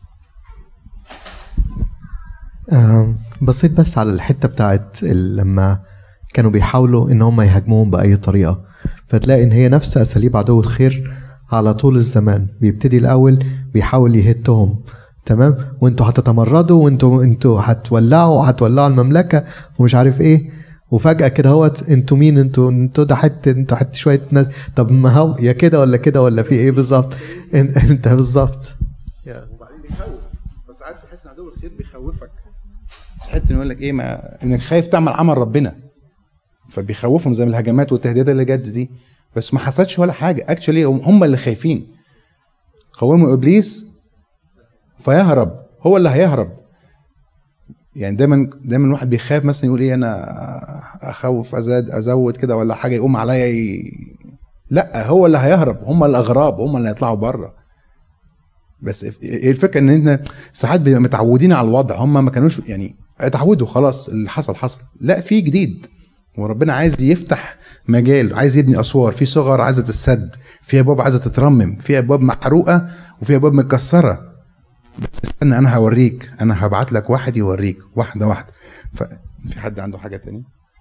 بصيت بس على الحتة بتاعت لما كانوا بيحاولوا ان هم يهاجموهم بأي طريقة، فتلاقي ان هي نفس اساليب عدو الخير على طول الزمان. بيبتدي الاول بيحاول يهتهم، تمام، وانتوا هتتمردوا وانتوا هتولعوا المملكة ومش عارف ايه، وفجأة كده هوت انتوا مين؟ انتوا ده انتوا شوية ناس. طب ما هو يا كده ولا كده ولا في ايه بالظبط؟ انت بالظبط. وبعدين بيخوف، بس ساعات تحس عدو الخير بيخوفك، ساعات يقول لك ايه، ما انك خايف تعمل عمل ربنا، فبيخوفهم زي الهجمات والتهديدات اللي جت دي، بس ما حصلش ولا حاجه. اكشولي هم اللي خايفين. قوموا ابليس فيهرب، هو اللي هيهرب. يعني دايما الواحد بيخاف مثلا يقول ايه، انا اخوف ازود كده ولا حاجه يقوم عليا لا، هو اللي هيهرب، هم الاغراب، هم اللي هيطلعوا بره. بس الفكره ان انت ساعات بيبقى متعودين على الوضع، هم ما كانوش يعني اتعودوا خلاص، اللي حصل. لا، في جديد، وربنا عايز يفتح مجال، عايز يبني اسوار، في صغر عايزه تتسد، في ابواب عايزه تترمم، في ابواب محروقه وفي ابواب متكسره. بس استنى، انا هوريك، انا هبعت لك واحد يوريك واحده واحده. ففي حد عنده حاجه تاني؟